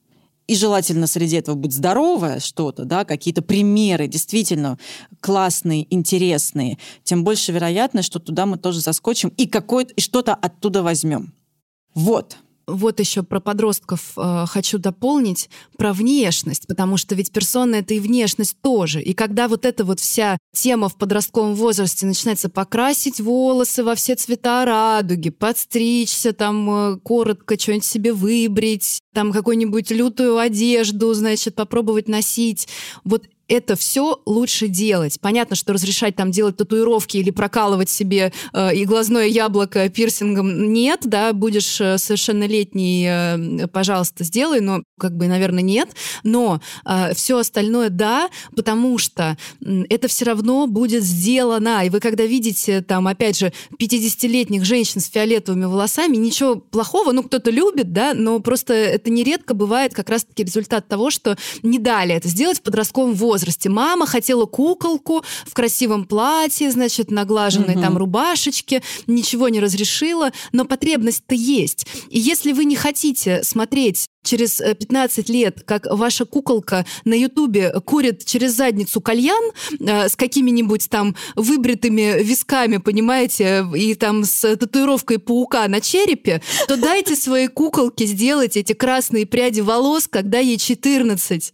и желательно среди этого будет здоровое что-то, да, какие-то примеры действительно классные, интересные, тем больше вероятность, что туда мы тоже заскочим и что-то оттуда возьмем. Вот. Вот еще про подростков хочу дополнить, про внешность, потому что ведь персона — это и внешность тоже. И когда вот эта вот вся тема в подростковом возрасте начинается покрасить волосы во все цвета радуги, подстричься, там коротко что-нибудь себе выбрить, там какую-нибудь лютую одежду, значит, попробовать носить, вот это все лучше делать. Понятно, что разрешать там делать татуировки или прокалывать себе и глазное яблоко пирсингом нет, да, будешь совершеннолетний, пожалуйста, сделай, но наверное, нет. Но все остальное да, потому что это все равно будет сделано. И вы когда видите там, опять же, 50-летних женщин с фиолетовыми волосами, ничего плохого, кто-то любит, да, но просто это нередко бывает как раз-таки результат того, что не дали это сделать в подростковом возрасте. Мама хотела куколку в красивом платье, значит, наглаженной там рубашечке, ничего не разрешила, но потребность-то есть. И если вы не хотите смотреть через 15 лет, как ваша куколка на Ютубе курит через задницу кальян с какими-нибудь там выбритыми висками, понимаете, и там с татуировкой паука на черепе, то дайте своей куколке сделать эти красные пряди волос, когда ей 14.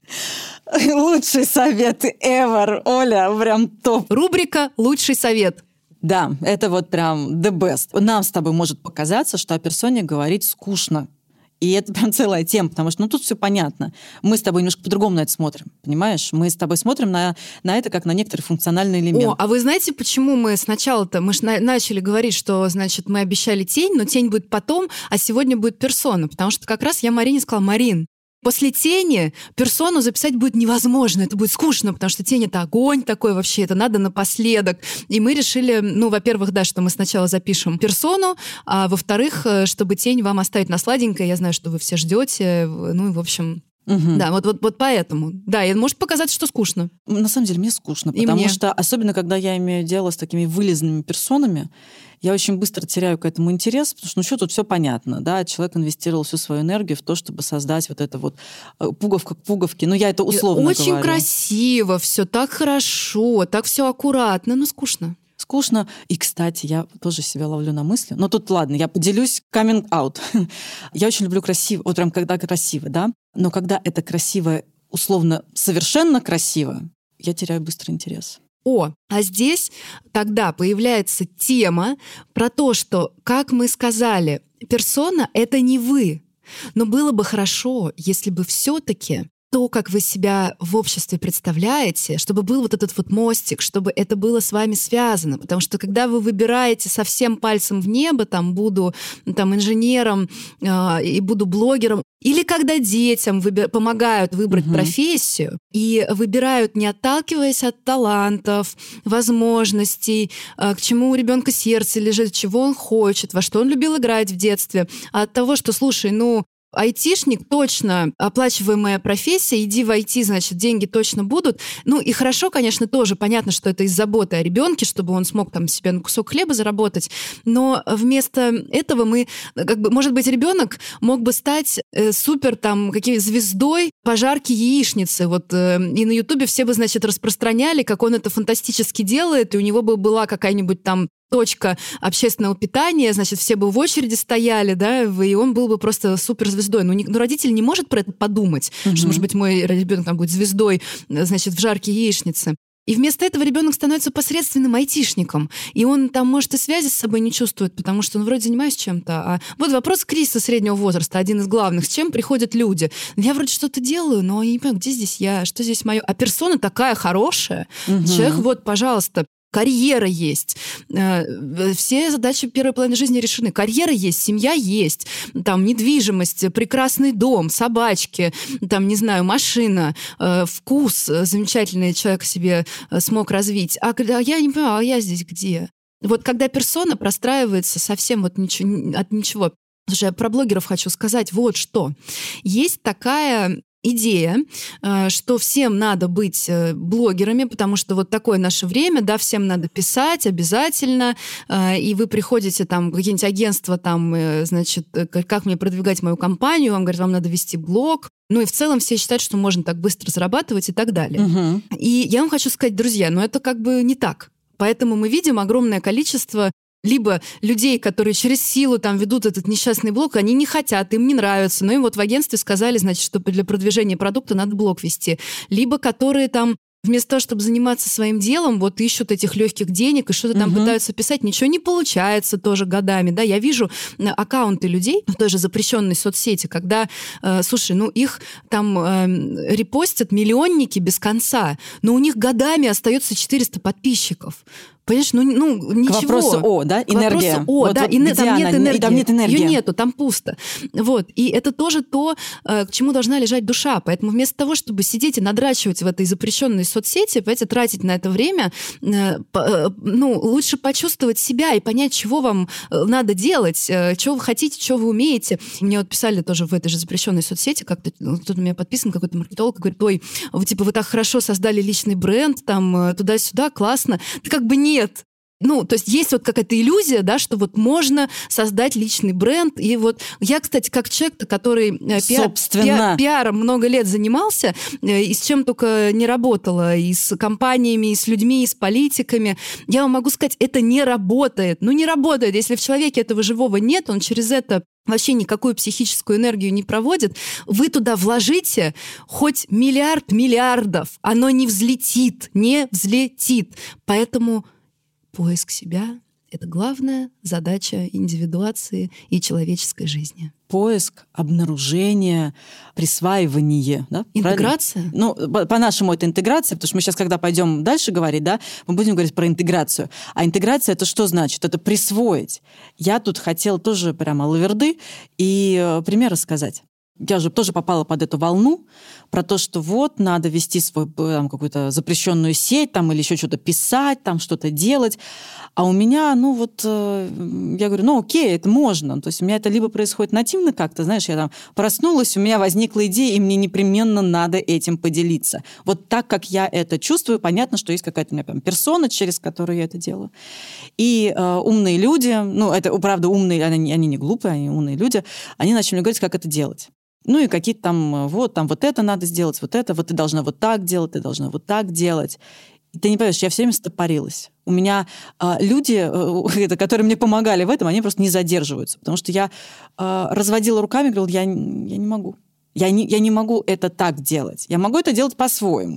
Лучший совет ever, Оля, прям топ. Рубрика «Лучший совет». Да, это вот прям the best. Нам с тобой может показаться, что о персоне говорить скучно. И это прям целая тема, потому что тут все понятно. Мы с тобой немножко по-другому на это смотрим, понимаешь? Мы с тобой смотрим на это как на некоторый функциональный элемент. А вы знаете, почему мы сначала-то, мы же начали говорить, что, значит, мы обещали тень, но тень будет потом, а сегодня будет персона, потому что как раз я Марине сказала: Марин, после тени персону записать будет невозможно, это будет скучно, потому что тень — это огонь такой вообще, это надо напоследок. И мы решили, во-первых, да, что мы сначала запишем персону, а во-вторых, чтобы тень вам оставить на сладенькое. Я знаю, что вы все ждете, и в общем... Да, вот поэтому. Да, и может показаться, что скучно. На самом деле мне скучно, потому что, особенно когда я имею дело с такими вылизанными персонами, я очень быстро теряю к этому интерес, потому что тут все понятно, да, человек инвестировал всю свою энергию в то, чтобы создать вот это вот пуговка к пуговке, я это условно очень говорю. Красиво, все так хорошо, так все аккуратно, но скучно. скучно. И, кстати, я тоже себя ловлю на мысли. Но тут, ладно, я поделюсь coming out. Я очень люблю красиво, вот прям когда красиво, да? Но когда это красиво, условно, совершенно красиво, я теряю быстро интерес. А здесь тогда появляется тема про то, что, как мы сказали, персона — это не вы. Но было бы хорошо, если бы все-таки то, как вы себя в обществе представляете, чтобы был вот этот вот мостик, чтобы это было с вами связано. Потому что когда вы выбираете совсем пальцем в небо, там, буду там, инженером и буду блогером, или когда детям помогают выбрать профессию и выбирают, не отталкиваясь от талантов, возможностей, к чему у ребенка сердце лежит, чего он хочет, во что он любил играть в детстве, а от того, что, слушай, айтишник точно оплачиваемая профессия, иди в IT, значит, деньги точно будут. И хорошо, конечно, тоже понятно, что это из заботы о ребенке, чтобы он смог там себе на кусок хлеба заработать. Но вместо этого мы, может быть, ребенок мог бы стать супер там звездой пожарки яичницы. Вот и на Ютубе все бы, значит, распространяли, как он это фантастически делает, и у него бы была какая-нибудь там точка общественного питания, значит, все бы в очереди стояли, да, и он был бы просто суперзвездой. Но родитель не может про это подумать, что, может быть, мой ребенок там будет звездой, значит, в жарке яичницы. И вместо этого ребенок становится посредственным айтишником. И он там, может, и связи с собой не чувствует, потому что он вроде занимаюсь чем-то. А вот вопрос кризиса среднего возраста, один из главных. С чем приходят люди? Я вроде что-то делаю, но я не понимаю, где здесь я, что здесь мое. А персона такая хорошая. Человек, вот, пожалуйста, карьера есть, все задачи первой половины жизни решены. Карьера есть, семья есть, там недвижимость, прекрасный дом, собачки, там, не знаю, машина, вкус замечательный человек себе смог развить. А я не понимаю, а я здесь где? Вот когда персона простраивается совсем от ничего. Слушай, я про блогеров хочу сказать вот что. Есть такая идея, что всем надо быть блогерами, потому что вот такое наше время, да, всем надо писать обязательно, и вы приходите там в какие-нибудь агентства, там, значит, как мне продвигать мою компанию, вам говорят, вам надо вести блог. И в целом все считают, что можно так быстро зарабатывать и так далее. И я вам хочу сказать, друзья, это не так. Поэтому мы видим огромное количество либо людей, которые через силу там ведут этот несчастный блог, они не хотят, им не нравится, но им вот в агентстве сказали, значит, что для продвижения продукта надо блог вести. Либо которые там вместо того, чтобы заниматься своим делом, вот ищут этих легких денег и что-то там пытаются писать, ничего не получается тоже годами, да. Я вижу аккаунты людей в той же запрещенной соцсети, когда, слушай, их там репостят миллионники без конца, но у них годами остается 400 подписчиков. Понимаешь, ничего. К вопросу да, энергия. К вопросу да, там нет энергии. Там нет энергии. Ее нету, там пусто. Вот. И это тоже то, к чему должна лежать душа. Поэтому вместо того, чтобы сидеть и надрачивать в этой запрещенной соцсети, понимаете, тратить на это время, лучше почувствовать себя и понять, чего вам надо делать, чего вы хотите, что вы умеете. Мне вот писали тоже в этой же запрещенной соцсети, как-то кто-то на меня подписан, какой-то маркетолог, говорит, ой, вы так хорошо создали личный бренд, там, туда-сюда, классно. Да нет. То есть вот какая-то иллюзия, да, что вот можно создать личный бренд. И вот я, кстати, как человек, который пиаром много лет занимался, и с чем только не работала, и с компаниями, и с людьми, и с политиками, я вам могу сказать, это не работает. Не работает. Если в человеке этого живого нет, он через это вообще никакую психическую энергию не проводит, вы туда вложите хоть миллиард миллиардов, оно не взлетит. Поэтому поиск себя — это главная задача индивидуации и человеческой жизни. Поиск, обнаружение, присваивание. Да? Интеграция? По-нашему это интеграция, потому что мы сейчас, когда пойдем дальше говорить, да, мы будем говорить про интеграцию. А интеграция — это что значит? Это присвоить. Я тут хотела тоже прямо лаверды и пример рассказать. Я же тоже попала под эту волну про то, что вот надо вести свою какую-то запрещенную сеть там, или еще что-то писать, там что-то делать. А у меня, я говорю, окей, это можно. То есть у меня это либо происходит нативно как-то, знаешь, я там проснулась, у меня возникла идея, и мне непременно надо этим поделиться. Вот так, как я это чувствую, понятно, что есть какая-то у меня персона, через которую я это делаю. И умные люди, это, правда, умные, они не глупые, они умные люди, они начали мне говорить, как это делать. И какие-то там вот это надо сделать, вот ты должна вот так делать, ты должна вот так делать. Ты не понимаешь, я все время стопорилась. У меня люди, которые мне помогали в этом, они просто не задерживаются. Потому что я разводила руками, говорила, я не могу. Я не могу это так делать. Я могу это делать по-своему.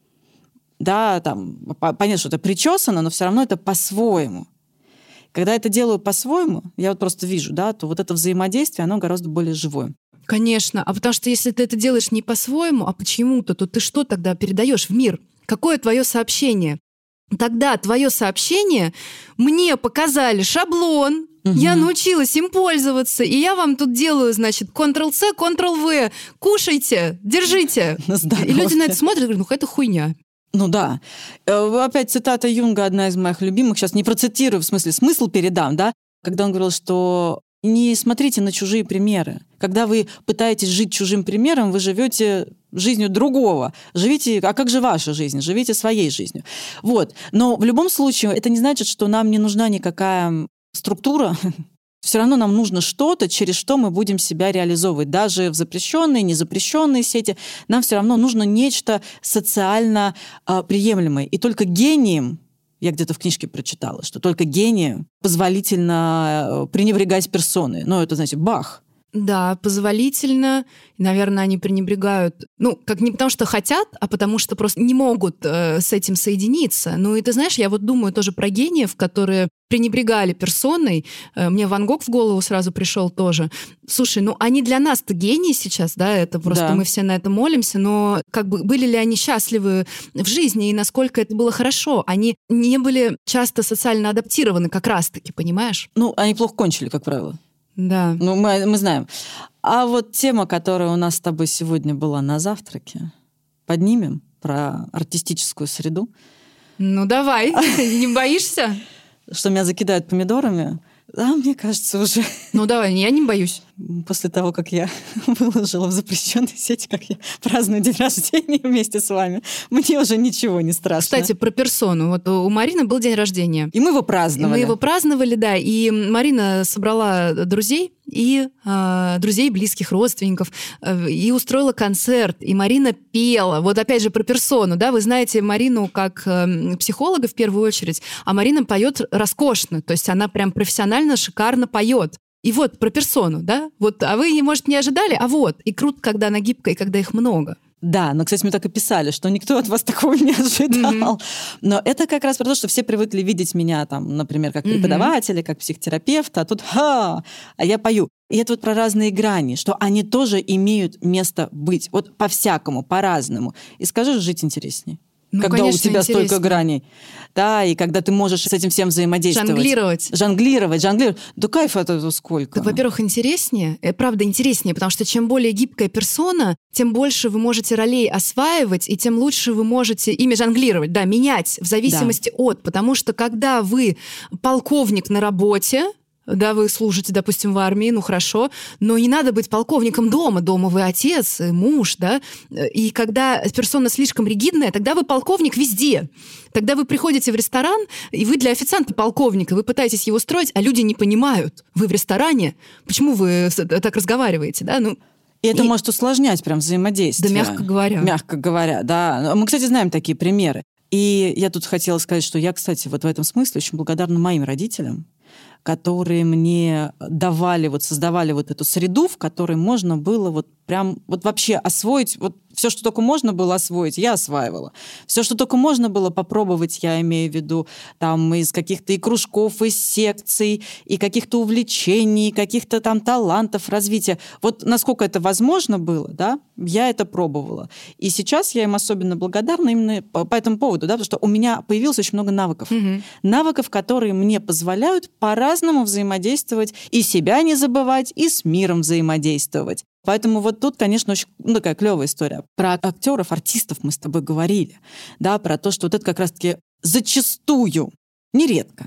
Да, там, понятно, что это причесано, но все равно это по-своему. Когда я это делаю по-своему, я вот просто вижу, да, то вот это взаимодействие, оно гораздо более живое. Конечно. А потому что если ты это делаешь не по-своему, а почему-то, то ты что тогда передаешь в мир? Какое твое сообщение? Тогда твое сообщение мне показали шаблон, я научилась им пользоваться, и я вам тут делаю, значит, Ctrl-C, Ctrl-V, кушайте, держите. И люди на это смотрят и говорят, ну какая-то хуйня. Ну да. Опять цитата Юнга, одна из моих любимых, сейчас не процитирую, в смысле смысл передам, да, когда он говорил, что не смотрите на чужие примеры. Когда вы пытаетесь жить чужим примером, вы живете жизнью другого. Живите, а как же ваша жизнь? Живите своей жизнью. Вот. Но в любом случае это не значит, что нам не нужна никакая структура. Все равно нам нужно что-то, через что мы будем себя реализовывать. Даже в запрещенные, незапрещенные сети нам все равно нужно нечто социально приемлемое. И только гением, я где-то в книжке прочитала, что только гению позволительно пренебрегать персоной. Ну, это, знаете, Бах. Да, позволительно. Наверное, они пренебрегают, ну, как не потому, что хотят, а потому что просто не могут с этим соединиться. Ну, и ты знаешь, я вот думаю тоже про гениев, которые пренебрегали персоной. Мне Ван Гог в голову сразу пришел тоже. Слушай, ну, они для нас-то гении сейчас, да, это просто да. Мы все на это молимся, но как бы были ли они счастливы в жизни и насколько это было хорошо? Они не были часто социально адаптированы как раз-таки, понимаешь? Ну, они плохо кончили, как правило. Да. Ну, мы знаем. А вот тема, которая у нас с тобой сегодня была на завтраке, поднимем про артистическую среду. Ну, давай. Не боишься? Что меня закидают помидорами? Да, мне кажется, уже... Ну, давай, я не боюсь. После того, как я выложила в запрещенной сети, как я праздную день рождения вместе с вами, мне уже ничего не страшно. Кстати, про персону. Вот у Марины был день рождения. И мы его праздновали. Да. И Марина собрала друзей, и друзей, близких, родственников, и устроила концерт. И Марина пела. Вот опять же про персону. Да? Вы знаете Марину как психолога в первую очередь, а Марина поет роскошно. То есть она прям профессионально, шикарно поет. И вот про персону, да? Вот, а вы, может, не ожидали, а вот. И круто, когда она гибкая, и когда их много. Да, но, кстати, мы так и писали, что никто от вас такого не ожидал. Но это как раз про то, что все привыкли видеть меня, там, например, как преподавателя, как психотерапевта, а тут а я пою. И это вот про разные грани, что они тоже имеют место быть. Вот по-всякому, по-разному. И скажи, жить интереснее. Ну, когда конечно, у тебя интересно. столько граней. Да, и когда ты можешь с этим всем взаимодействовать. Жонглировать. Да кайф это сколько. Так, во-первых, интереснее. Правда, интереснее, потому что чем более гибкая персона, тем больше вы можете ролей осваивать, и тем лучше вы можете ими жонглировать, да, менять в зависимости от. Потому что когда вы полковник на работе, да, вы служите, допустим, в армии, ну хорошо, но не надо быть полковником дома. Дома вы отец, муж, да. И когда персона слишком ригидная, тогда вы полковник везде. Тогда вы приходите в ресторан, и вы для официанта полковник, и вы пытаетесь его строить, а люди не понимают. Вы в ресторане, почему вы так разговариваете, да? Ну, и это может усложнять прям взаимодействие. Да, мягко говоря. Мягко говоря, да. Мы, кстати, знаем такие примеры. И я тут хотела сказать, что я, кстати, вот в этом смысле очень благодарна моим родителям, которые мне давали, вот создавали вот эту среду, в которой можно было вот прям вот вообще освоить, вот все, что только можно было освоить, я осваивала. Все, что только можно было попробовать, я имею в виду, там, из каких-то и кружков, и секций, и каких-то увлечений, каких-то там талантов, развития. Вот насколько это возможно было, да, я это пробовала. И сейчас я им особенно благодарна именно по этому поводу, да, потому что у меня появилось очень много навыков. Навыков, которые мне позволяют по-разному взаимодействовать, и себя не забывать, и с миром взаимодействовать. Поэтому вот тут, конечно, очень такая клевая история. Про актеров, артистов мы с тобой говорили, да, про то, что вот это как раз-таки зачастую, нередко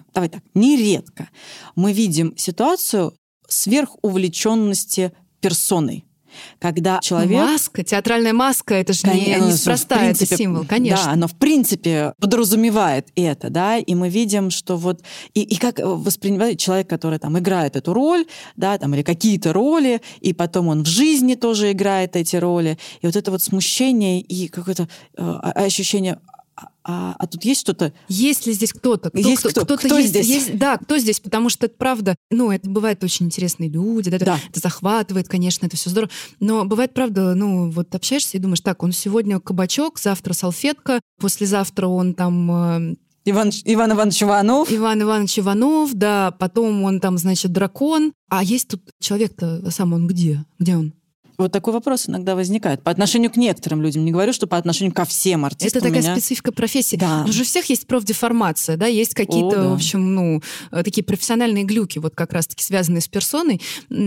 мы видим ситуацию сверхувлеченности персоной. Когда человек... Маска, театральная маска, это же неспроста, это символ, конечно. Да, оно в принципе подразумевает это, да, и мы видим, что вот... И как воспринимает человек, который там играет эту роль, да, там, или какие-то роли, и потом он в жизни тоже играет эти роли, и вот это вот смущение и какое-то ощущение... А тут есть что-то... Есть ли здесь кто-то? Есть кто? Кто здесь? Да, кто здесь? Потому что это правда, это бывают очень интересные люди, да, Да. это захватывает, конечно, это все здорово. Но бывает, правда, вот общаешься и думаешь, так, он сегодня кабачок, завтра салфетка, послезавтра он там... Иван Иванович Иванов. Иван Иванович Иванов, да, потом он там, значит, дракон. А есть тут человек-то сам, он где? Где он? Вот такой вопрос иногда возникает. По отношению к некоторым людям. Не говорю, что по отношению ко всем артистам. Это такая специфика профессии. Да. У всех есть профдеформация, да, есть какие-то, в общем, такие профессиональные глюки, вот как раз-таки связанные с персоной.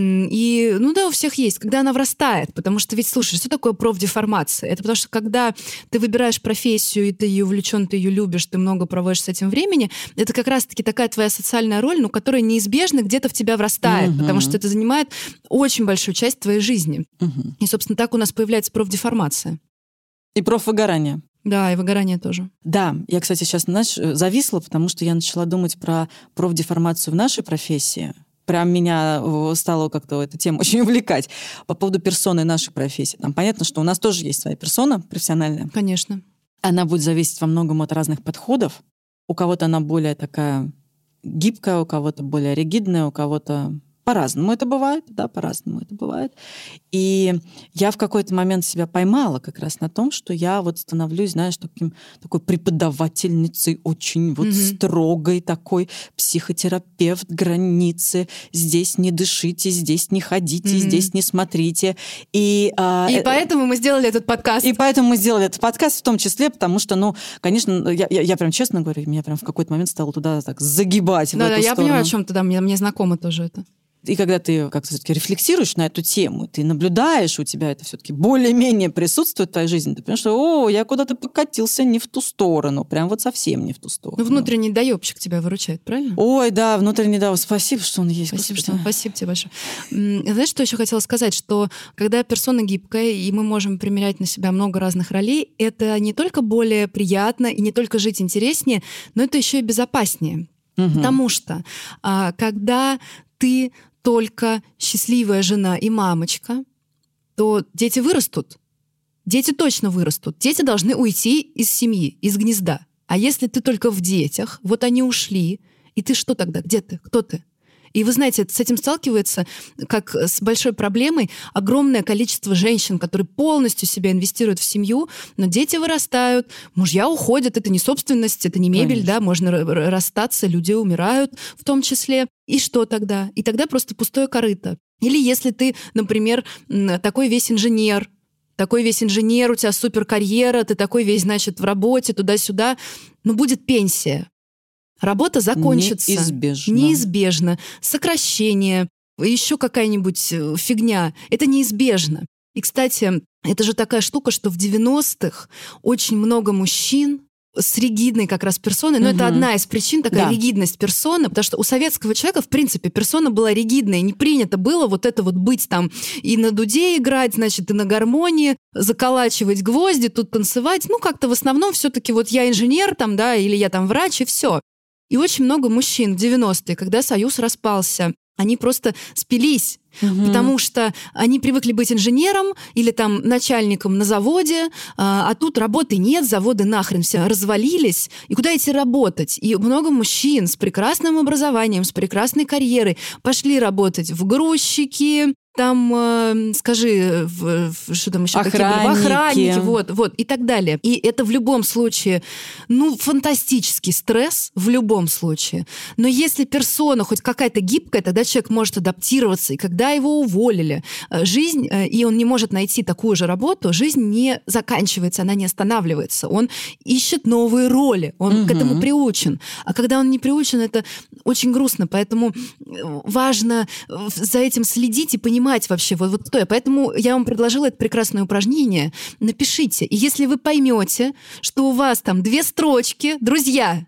И, у всех есть, когда она врастает. Потому что ведь, слушай, что такое профдеформация? Это потому что когда ты выбираешь профессию, и ты ее увлечен, ты ее любишь, ты много проводишь с этим времени, это как раз-таки такая твоя социальная роль, которая неизбежно где-то в тебя врастает, потому что это занимает очень большую часть твоей жизни. И, собственно, так у нас появляется профдеформация. И профвыгорание. Да, и выгорание тоже. Да, я, кстати, сейчас, зависла, потому что я начала думать про профдеформацию в нашей профессии. Прям меня стало как-то эта тема очень увлекать. По поводу персоны нашей профессии. Там понятно, что у нас тоже есть своя персона профессиональная. Конечно. Она будет зависеть во многом от разных подходов. У кого-то она более такая гибкая, у кого-то более ригидная, у кого-то... По-разному это бывает, да, по-разному это бывает. И я в какой-то момент себя поймала как раз на том, что я вот становлюсь, знаешь, такой преподавательницей, очень вот строгой такой, психотерапевт, границы. Здесь не дышите, здесь не ходите, здесь не смотрите. И поэтому мы сделали этот подкаст. И поэтому мы сделали этот подкаст в том числе, потому что, конечно, я прям честно говорю, меня прям в какой-то момент стало туда так загибать в эту сторону. Да, я понимаю, о чем ты, да, мне знакомо тоже это. И когда ты как-то все-таки рефлексируешь на эту тему, ты наблюдаешь, у тебя это все-таки более-менее присутствует в твоей жизни, ты понимаешь, что я куда-то покатился не в ту сторону, прям вот совсем не в ту сторону. Внутренний доебщик тебя выручает, правильно? Ой, да, внутренний доебщик. Спасибо, что он есть. Спасибо тебе большое. Знаешь, что еще хотела сказать? Что когда персона гибкая, и мы можем примерять на себя много разных ролей, это не только более приятно и не только жить интереснее, но это еще и безопаснее. Потому что когда ты только счастливая жена и мамочка, то дети вырастут. Дети точно вырастут. Дети должны уйти из семьи, из гнезда. А если ты только в детях, вот они ушли, и ты что тогда? Где ты? Кто ты? И вы знаете, с этим сталкивается, как с большой проблемой, огромное количество женщин, которые полностью себя инвестируют в семью, но дети вырастают, мужья уходят, это не собственность, это не мебель, да, можно расстаться, люди умирают в том числе. И что тогда? И тогда просто пустое корыто. Или если ты, например, такой весь инженер, у тебя суперкарьера, ты такой весь, значит, в работе, туда-сюда, будет пенсия. Работа закончится. Неизбежно. Сокращение, еще какая-нибудь фигня. Это неизбежно. И, кстати, это же такая штука, что в 90-х очень много мужчин с ригидной как раз персоной, но это одна из причин, такая ригидность персоны, потому что у советского человека, в принципе, персона была ригидная, не принято было вот это вот быть там и на дуде играть, значит, и на гармонии, заколачивать гвозди, тут танцевать, как-то в основном все-таки вот я инженер там, да, или я там врач, и все. И очень много мужчин в 90-е, когда Союз распался, они просто спились, потому что они привыкли быть инженером или там начальником на заводе, а тут работы нет, заводы нахрен все развалились, и куда идти работать? И много мужчин с прекрасным образованием, с прекрасной карьерой пошли работать в грузчики, там, скажи, что там еще? Охранники, вот, и так далее. И это в любом случае, фантастический стресс, в любом случае. Но если персона хоть какая-то гибкая, тогда человек может адаптироваться. И когда его уволили, жизнь, и он не может найти такую же работу, жизнь не заканчивается, она не останавливается. Он ищет новые роли, он к этому приучен. А когда он не приучен, это очень грустно. Поэтому важно за этим следить и понимать вообще, вот кто я. Поэтому я вам предложила это прекрасное упражнение. Напишите. И если вы поймете, что у вас там 2 строчки, друзья,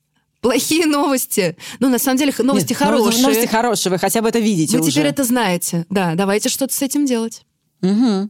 плохие новости. На самом деле, новости хорошие. Новости хорошие, вы хотя бы это видите уже. Вы теперь это знаете. Да, давайте что-то с этим делать. Ну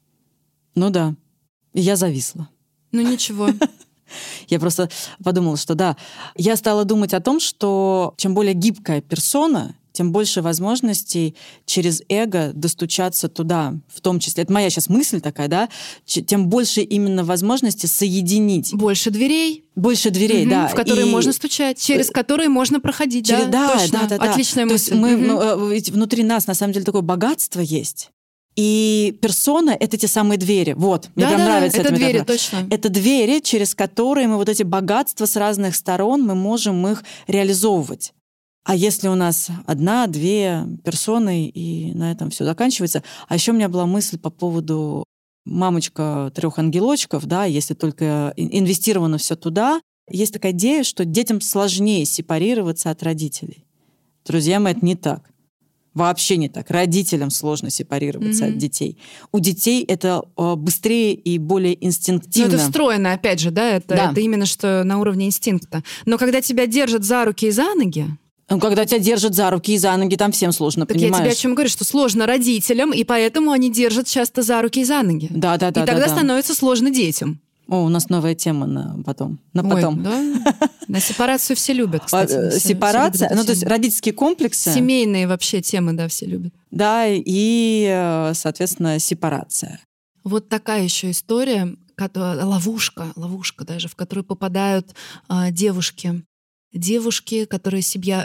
да. И я зависла. Ничего. Я просто подумала, что да. Я стала думать о том, что чем более гибкая персона, тем больше возможностей через эго достучаться туда, в том числе. Это моя сейчас мысль такая, да? Тем больше именно возможностей соединить. Больше дверей. Больше дверей, да. В которые можно стучать, через которые можно проходить. Да, точно. да. Отличная мысль. Ведь внутри нас, на самом деле, такое богатство есть. И персона — это те самые двери. Вот, мне прям нравится это эта двери, метафора. точно. Это двери, через которые мы вот эти богатства с разных сторон, мы можем их реализовывать. А если у нас 1-2 персоны, и на этом все заканчивается. А еще у меня была мысль по поводу мамочка 3 ангелочков, да, если только инвестировано все туда. Есть такая идея, что детям сложнее сепарироваться от родителей. Друзья мои, это не так. Вообще не так. Родителям сложно сепарироваться от детей. У детей это быстрее и более инстинктивно. Но это встроено, опять же, да? Это именно что на уровне инстинкта. Но когда тебя держат за руки и за ноги... Ну, когда тебя держат за руки и за ноги, там всем сложно, так понимаешь? Я тебе о чем говорю, что сложно родителям, и поэтому они держат часто за руки и за ноги. Да. И тогда становится сложно детям. О, у нас новая тема на потом. На сепарацию все любят, кстати. Сепарация, то есть родительские комплексы. Семейные вообще темы, да, все любят. Да, и, соответственно, сепарация. Вот такая еще история, ловушка даже, в которую попадают девушки. Девушки, которые себя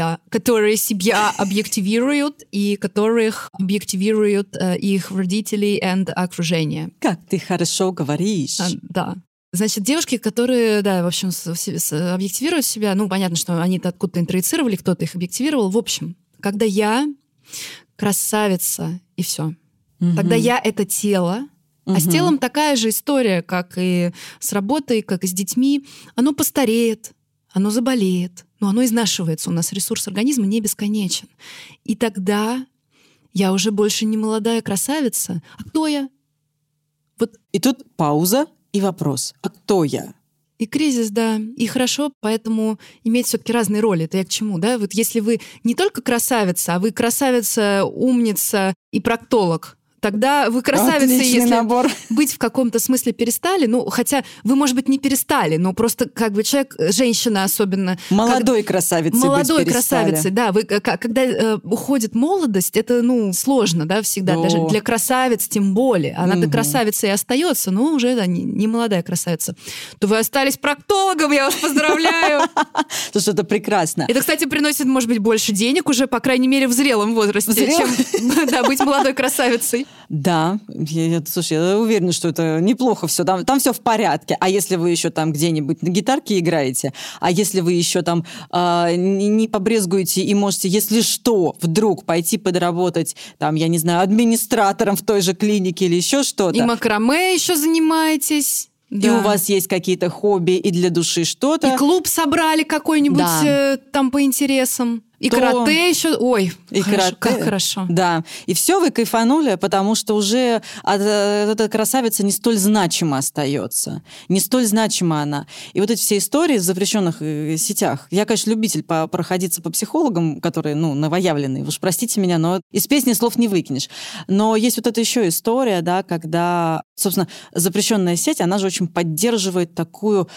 объективируют и которых объективируют их родители и окружение. Как ты хорошо говоришь. Да. Значит, девушки, которые, да, в общем, объективируют себя, ну, понятно, что они это откуда-то интроицировали, кто-то их объективировал. В общем, когда я красавица, и все. Тогда я — это тело, а с телом такая же история, как и с работой, как и с детьми. Оно постареет, оно заболеет, но оно изнашивается. У нас ресурс организма не бесконечен. И тогда я уже больше не молодая красавица. А кто я? Вот. И тут пауза и вопрос. А кто я? И кризис, да. И хорошо, поэтому иметь все-таки разные роли. Это я к чему, да? Вот если вы не только красавица, а вы красавица, умница и проктолог, тогда вы красавица, если набор. Быть в каком-то смысле перестали. Ну, хотя вы, может быть, не перестали, но просто как бы человек, женщина особенно... Молодой красавицей Молодой быть перестали. красавицей, да. Вы, когда уходит молодость, это, сложно, да, всегда. Да. Даже для красавиц тем более. Она-то красавица и остается, но уже не молодая красавица. То вы остались проктологом, я вас поздравляю. Слушай, это прекрасно. Это, кстати, приносит, может быть, больше денег уже, по крайней мере, в зрелом возрасте, чем быть молодой красавицей. Да, слушай, я уверена, что это неплохо все. Там все в порядке. А если вы еще там где-нибудь на гитарке играете, а если вы еще там не побрезгуете и можете, если что, вдруг пойти подработать, там, я не знаю, администратором в той же клинике или еще что-то. И макраме еще занимаетесь. И да. у вас есть какие-то хобби и для души что-то. И клуб собрали какой-нибудь там по интересам. И карате еще. Ой, и хорошо, как хорошо. Да. И все, вы кайфанули, потому что уже эта красавица не столь значима остается. Не столь значима она. И вот эти все истории в запрещенных сетях. Я, конечно, любитель проходиться по психологам, которые, новоявленные. Уж простите меня, но из песни слов не выкинешь. Но есть вот эта еще история, да, когда, собственно, запрещенная сеть, она же очень поддерживает такую,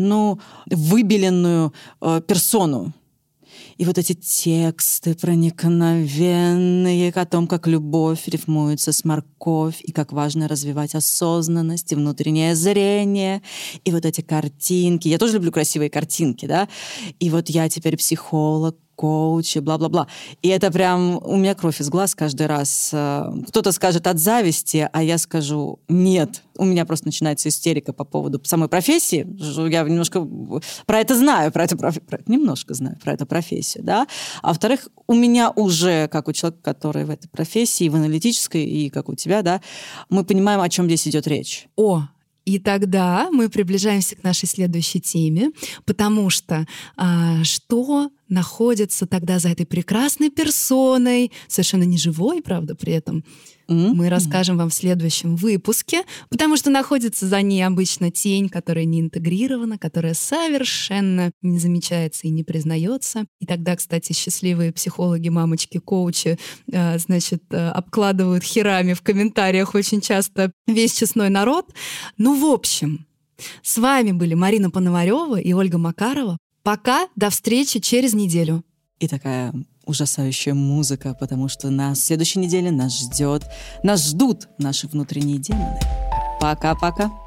выбеленную персону. И вот эти тексты проникновенные о том, как любовь рифмуется с морковь, и как важно развивать осознанность и внутреннее зрение, и вот эти картинки. Я тоже люблю красивые картинки, да? И вот я теперь психолог, коуч и бла-бла-бла. И это прям у меня кровь из глаз каждый раз. Кто-то скажет от зависти, а я скажу нет. У меня просто начинается истерика по поводу самой профессии. Я немножко про это знаю, немножко знаю про эту профессию, да. А во-вторых, у меня уже, как у человека, который в этой профессии, в аналитической, и как у тебя, да, мы понимаем, о чем здесь идет речь. И тогда мы приближаемся к нашей следующей теме, потому что что находится тогда за этой прекрасной персоной, совершенно не живой, правда, при этом, мы расскажем вам в следующем выпуске, потому что находится за ней обычно тень, которая не интегрирована, которая совершенно не замечается и не признается. И тогда, кстати, счастливые психологи, мамочки, коучи, обкладывают херами в комментариях очень часто весь честной народ. В общем, с вами были Марина Пономарева и Ольга Макарова. Пока, до встречи через неделю. И такая ужасающая музыка, потому что на следующей неделе нас ждут наши внутренние демоны. Пока-пока.